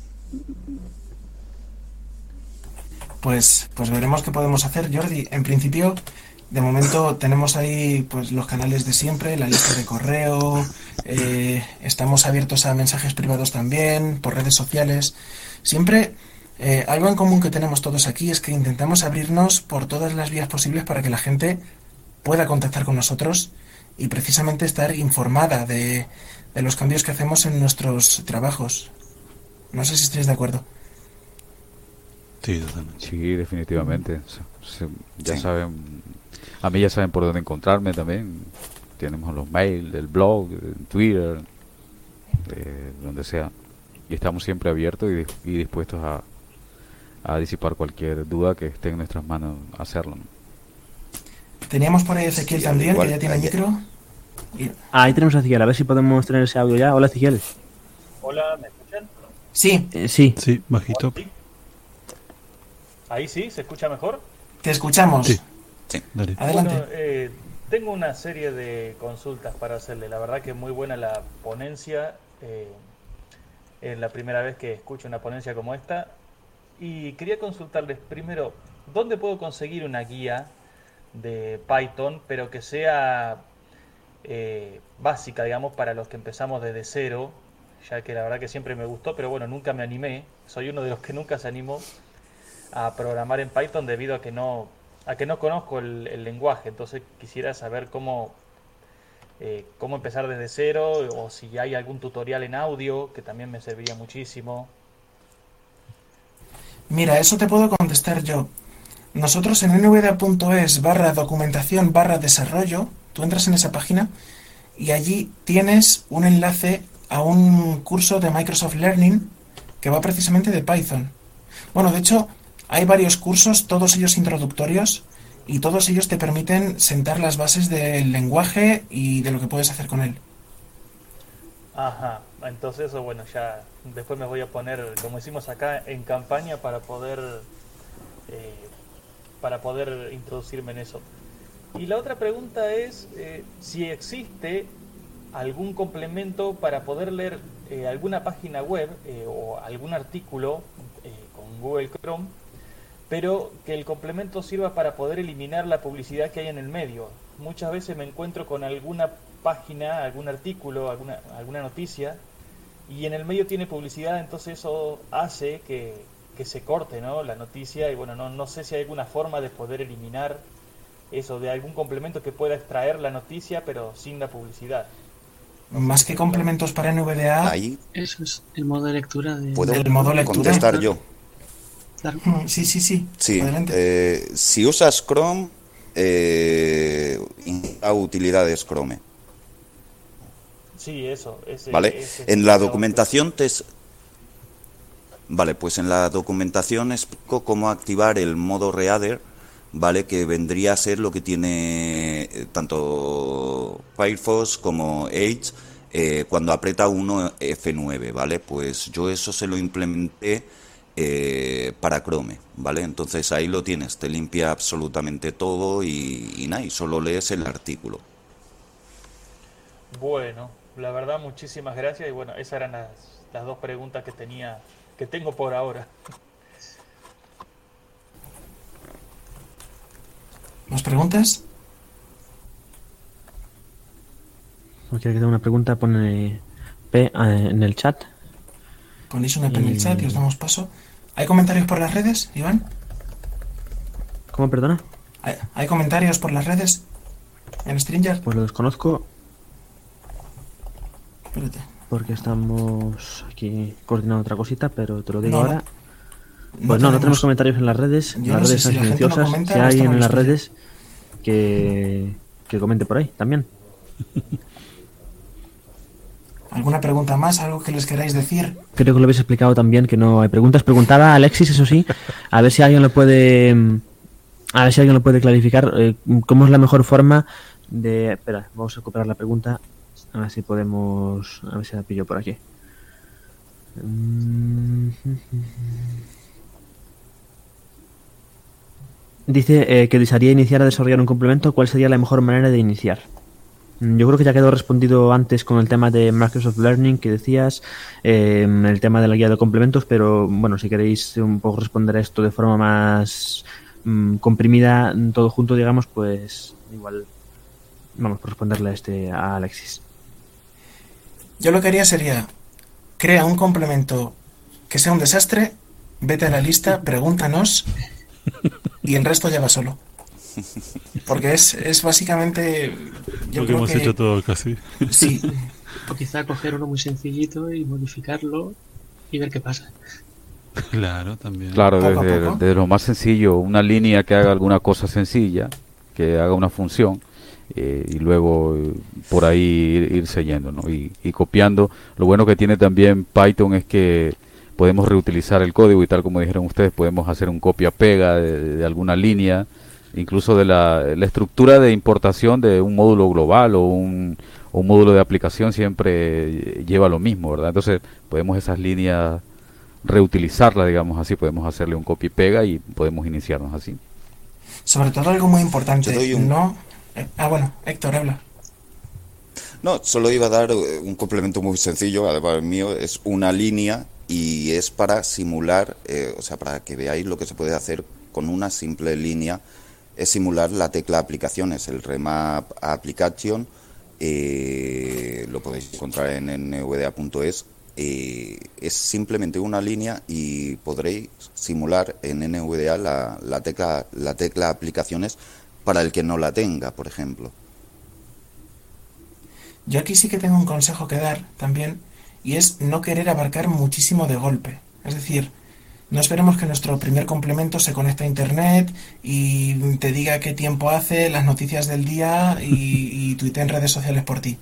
Pues veremos qué podemos hacer, Jordi. En principio, de momento tenemos ahí pues los canales de siempre, la lista de correo, estamos abiertos a mensajes privados también, por redes sociales. Siempre algo en común que tenemos todos aquí es que intentamos abrirnos por todas las vías posibles para que la gente pueda contactar con nosotros y precisamente estar informada de los cambios que hacemos en nuestros trabajos. No sé si estáis de acuerdo. Sí, totalmente. Sí, definitivamente. Ya Sí. saben, a mí ya saben por dónde encontrarme también. Tenemos los mails, el blog, el Twitter, donde sea. Y estamos siempre abiertos y dispuestos a disipar cualquier duda que esté en nuestras manos hacerlo, ¿no? Teníamos por ahí a Ezequiel Sí, también, igual, que ya tiene ayer. micro. Y- Ahí tenemos a Ezequiel, a ver si podemos tener ese audio ya. Hola, Ezequiel. Hola, ¿me escuchan? Sí, Sí. Sí, bajito. ¿Sí? Ahí sí, ¿se escucha mejor? te escuchamos. Sí. Sí. Dale. Adelante. Bueno, tengo una serie de consultas para hacerle. La verdad que es muy buena la ponencia. Es la primera vez que escucho una ponencia como esta. Y quería consultarles primero, ¿dónde puedo conseguir una guía de Python, pero que sea básica, digamos, para los que empezamos desde cero? Ya que la verdad que siempre me gustó, pero bueno, nunca me animé. Soy uno de los que nunca se animó a programar en Python debido a que no conozco el lenguaje. Entonces quisiera saber cómo empezar desde cero, o si hay algún tutorial en audio que también me serviría muchísimo. Mira, eso te puedo contestar yo. Nosotros en nvda.es/documentación/desarrollo, tú entras en esa página y allí tienes un enlace a un curso de Microsoft Learning que va precisamente de Python. Bueno, de hecho, hay varios cursos, todos ellos introductorios, y todos ellos te permiten sentar las bases del lenguaje y de lo que puedes hacer con él. Ajá, entonces eso, bueno, ya después me voy a poner, como hicimos acá, en campaña para poder introducirme en eso. Y la otra pregunta es si existe algún complemento para poder leer alguna página web o algún artículo con Google Chrome, pero que el complemento sirva para poder eliminar la publicidad que hay en el medio. Muchas veces me encuentro con alguna página, algún artículo, alguna noticia, y en el medio tiene publicidad, entonces eso hace que se corte, ¿no?, la noticia, y bueno, no sé si hay alguna forma de poder eliminar eso, de algún complemento que pueda extraer la noticia, pero sin la publicidad. Más que complementos para NVDA, Ahí Eso es el modo de lectura de... puedo el modo lectura. contestar yo. Claro. Sí, Sí, adelante. si usas Chrome, instala utilidades Chrome, Sí, eso. ¿vale? En la documentación Vale, pues en la documentación explico cómo activar el modo Reader, ¿vale? Que vendría a ser lo que tiene tanto Firefox como Edge cuando aprieta uno F9, ¿vale? Pues yo eso se lo implementé para Chrome, ¿vale? Entonces ahí lo tienes, te limpia absolutamente todo y nada, y solo lees el artículo. Bueno, la verdad, muchísimas gracias. Y bueno, esas eran las dos preguntas que tengo por ahora. ¿Más preguntas? ¿No quiere que tenga una pregunta? Pone P en el chat. Ponéis una P en el chat y os damos paso. ¿Hay comentarios por las redes, Iván? ¿Cómo, perdona? ¿Hay comentarios por las redes en Stringer? Pues lo desconozco. Espérate, porque estamos aquí coordinando otra cosita, pero te lo digo No, ahora. Pues no tenemos comentarios en las redes. Yo Las no sé redes si están la gente lo silenciosas. comenta Si o hay esto alguien no en lo las estoy. redes que comente por ahí también. ¿Alguna pregunta más? ¿Algo que les queráis decir? Creo que lo habéis explicado también, que no hay preguntas. Preguntaba a Alexis, eso sí, a ver si alguien lo puede clarificar. ¿Cómo es la mejor forma de... Espera, vamos a copiar la pregunta. A ver si podemos... A ver si la pillo por aquí. Dice que desearía iniciar a desarrollar un complemento. ¿Cuál sería la mejor manera de iniciar? Yo creo que ya quedó respondido antes con el tema de Microsoft Learning que decías, el tema de la guía de complementos, pero bueno, si queréis un poco responder a esto de forma más comprimida, todo junto, digamos, pues igual vamos a responderle a Alexis. Yo lo que haría sería, crea un complemento que sea un desastre, vete a la lista, pregúntanos y el resto ya va solo. Porque es básicamente... Yo Lo que creo hemos hecho todos casi. Sí. O quizá coger uno muy sencillito y modificarlo y ver qué pasa. Claro, también. Claro, Poco a desde, poco. desde lo más sencillo, una línea que haga alguna cosa sencilla, que haga una función, y luego por ahí irse yendo, ¿no? Y copiando. Lo bueno que tiene también Python es que podemos reutilizar el código y tal como dijeron ustedes, podemos hacer un copia-pega de alguna línea, incluso de la estructura de importación de un módulo global o un módulo de aplicación siempre lleva lo mismo, ¿verdad? Entonces podemos esas líneas reutilizarlas, digamos así, podemos hacerle un copia y pega y podemos iniciarnos así. Sobre todo algo muy importante, Te doy un- no... bueno, Héctor, habla. No, solo iba a dar un complemento muy sencillo, además el mío es una línea y es para simular, o sea, para que veáis lo que se puede hacer con una simple línea, es simular la tecla aplicaciones, el remap application, lo podéis encontrar en nvda.es, es simplemente una línea y podréis simular en NVDA la tecla aplicaciones para el que no la tenga, por ejemplo. Yo aquí sí que tengo un consejo que dar también, y es no querer abarcar muchísimo de golpe. Es decir, no esperemos que nuestro primer complemento se conecte a internet y te diga qué tiempo hace, las noticias del día y tuitee en redes sociales por ti.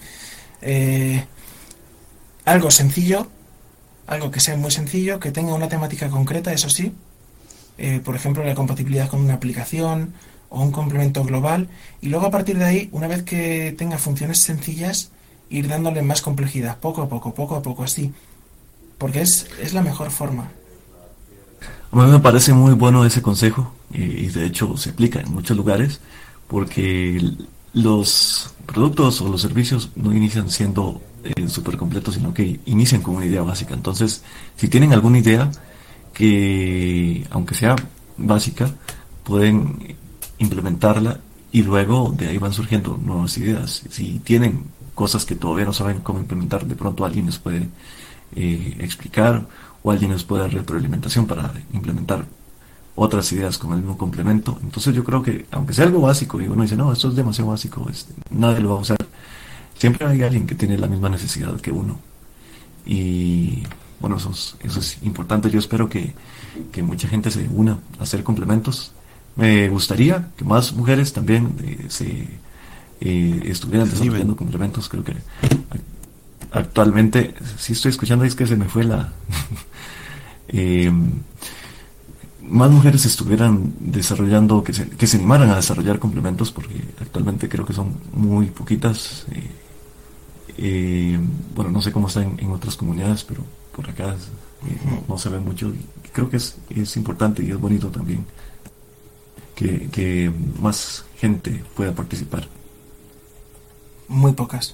Algo sencillo, algo que sea muy sencillo, que tenga una temática concreta, eso sí. Por ejemplo, la compatibilidad con una aplicación o un complemento global. Y luego a partir de ahí, una vez que tenga funciones sencillas, ir dándole más complejidad, poco a poco, así. Porque es la mejor forma. A mí me parece muy bueno ese consejo y de hecho se aplica en muchos lugares porque los productos o los servicios no inician siendo súper completos, sino que inician con una idea básica. Entonces, si tienen alguna idea que, aunque sea básica, pueden implementarla y luego de ahí van surgiendo nuevas ideas. Si tienen cosas que todavía no saben cómo implementar, de pronto alguien les puede explicar o alguien les puede dar retroalimentación para implementar otras ideas con el mismo complemento. Entonces yo creo que aunque sea algo básico y uno dice no, esto es demasiado básico, nadie lo va a usar, siempre hay alguien que tiene la misma necesidad que uno y bueno, eso es importante. Yo espero que mucha gente se una a hacer complementos. Me gustaría que más mujeres también estuvieran desarrollando complementos. Creo que actualmente, si estoy escuchando, es que se me fue la... más mujeres estuvieran desarrollando, que se animaran a desarrollar complementos, porque actualmente creo que son muy poquitas. Bueno, no sé cómo está en otras comunidades, pero por acá no se ve mucho. Creo que es importante y es bonito también que más gente pueda participar. Muy pocas.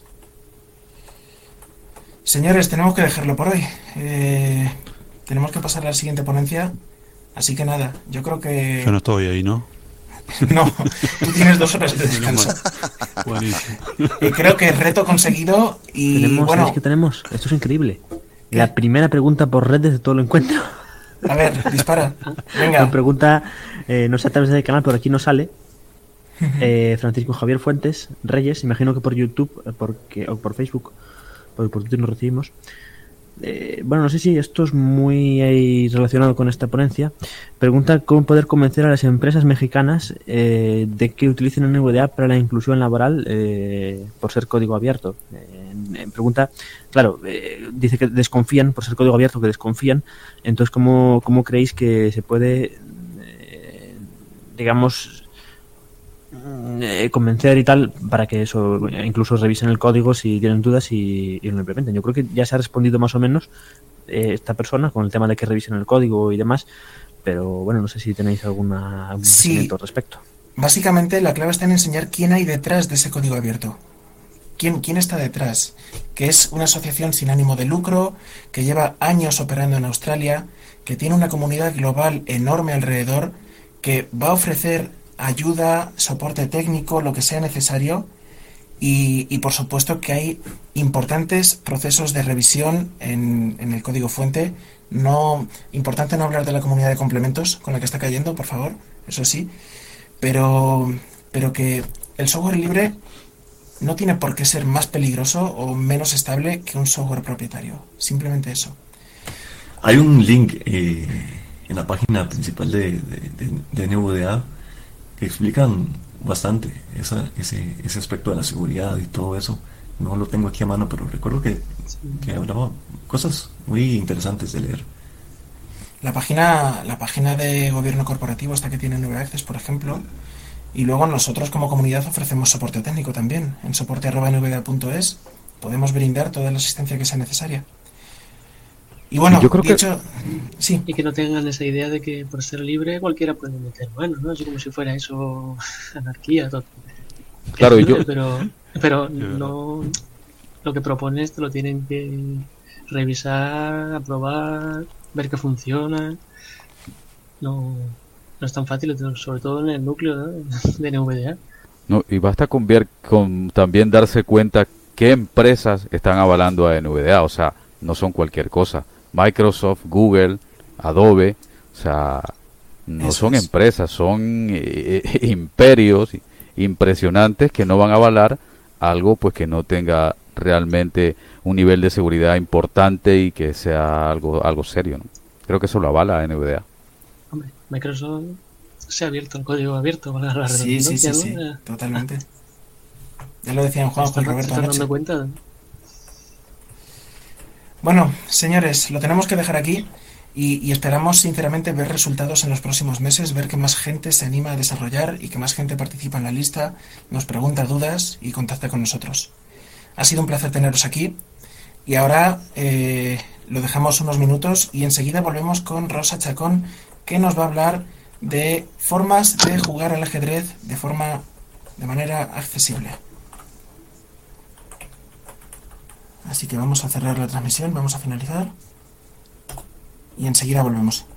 Señores, tenemos que dejarlo por hoy. Tenemos que pasar a la siguiente ponencia. Así que nada, yo creo que... Yo no estoy ahí, ¿no? No, tú tienes 2 horas de descanso. Buenísimo. Y creo que reto conseguido y Tenemos, bueno... ¿sabéis qué tenemos? Esto es increíble. La primera pregunta por red desde todo el encuentro. A ver, dispara. La Venga. pregunta, no sé a través del canal, pero aquí no sale. Francisco Javier Fuentes Reyes, imagino que por YouTube o por Facebook, porque por Twitter nos recibimos. Bueno, no sé si esto es muy relacionado con esta ponencia. Pregunta cómo poder convencer a las empresas mexicanas de que utilicen NVDA para la inclusión laboral por ser código abierto. Pregunta, claro, dice que desconfían por ser código abierto, que desconfían. Entonces, ¿cómo creéis que se puede, digamos, convencer y tal para que eso incluso revisen el código si tienen dudas y lo implementen? Yo creo que ya se ha respondido más o menos esta persona con el tema de que revisen el código y demás, pero bueno, no sé si tenéis algún pensamiento al respecto. Básicamente la clave está en enseñar quién hay detrás de ese código abierto. ¿Quién está detrás? Que es una asociación sin ánimo de lucro, que lleva años operando en Australia, que tiene una comunidad global enorme alrededor, que va a ofrecer ayuda, soporte técnico, lo que sea necesario, y por supuesto que hay importantes procesos de revisión en el código fuente. Importante no hablar de la comunidad de complementos con la que está cayendo, por favor, eso sí, pero que el software libre no tiene por qué ser más peligroso o menos estable que un software propietario, simplemente eso. Hay un link en la página principal de NVDA que explican bastante ese aspecto de la seguridad y todo eso. No lo tengo aquí a mano, pero recuerdo que hablaba cosas muy interesantes de leer. La página de gobierno corporativo, esta que tiene NVDA Access, por ejemplo, y luego nosotros como comunidad ofrecemos soporte técnico también. En soporte@nvda.es podemos brindar toda la asistencia que sea necesaria. Y bueno, yo creo dicho, sí. Y que no tengan esa idea de que por ser libre cualquiera puede meter mano, ¿no? Así como si fuera eso anarquía. Todo. Claro, Pero no, lo que propones te lo tienen que revisar, aprobar, ver que funciona. No es tan fácil, sobre todo en el núcleo, ¿no?, de NVDA. No, y basta con también darse cuenta qué empresas están avalando a NVDA, o sea, no son cualquier cosa. Microsoft, Google, Adobe, o sea, no Eso son es. empresas, son imperios impresionantes que no van a avalar algo pues que no tenga realmente un nivel de seguridad importante y que sea algo serio, ¿no? Creo que eso lo avala NVDA. Hombre, Microsoft se ha abierto el código abierto para la Sí, redundancia, ¿no? Totalmente. Ya lo decían Juanjo y Roberto ¿Están anoche. dando cuenta? Bueno, señores, lo tenemos que dejar aquí y esperamos sinceramente ver resultados en los próximos meses, ver que más gente se anima a desarrollar y que más gente participa en la lista, nos pregunta dudas y contacta con nosotros. Ha sido un placer teneros aquí y ahora lo dejamos unos minutos y enseguida volvemos con Rosa Chacón, que nos va a hablar de formas de jugar al ajedrez de manera accesible. Así que vamos a cerrar la transmisión, vamos a finalizar y enseguida volvemos.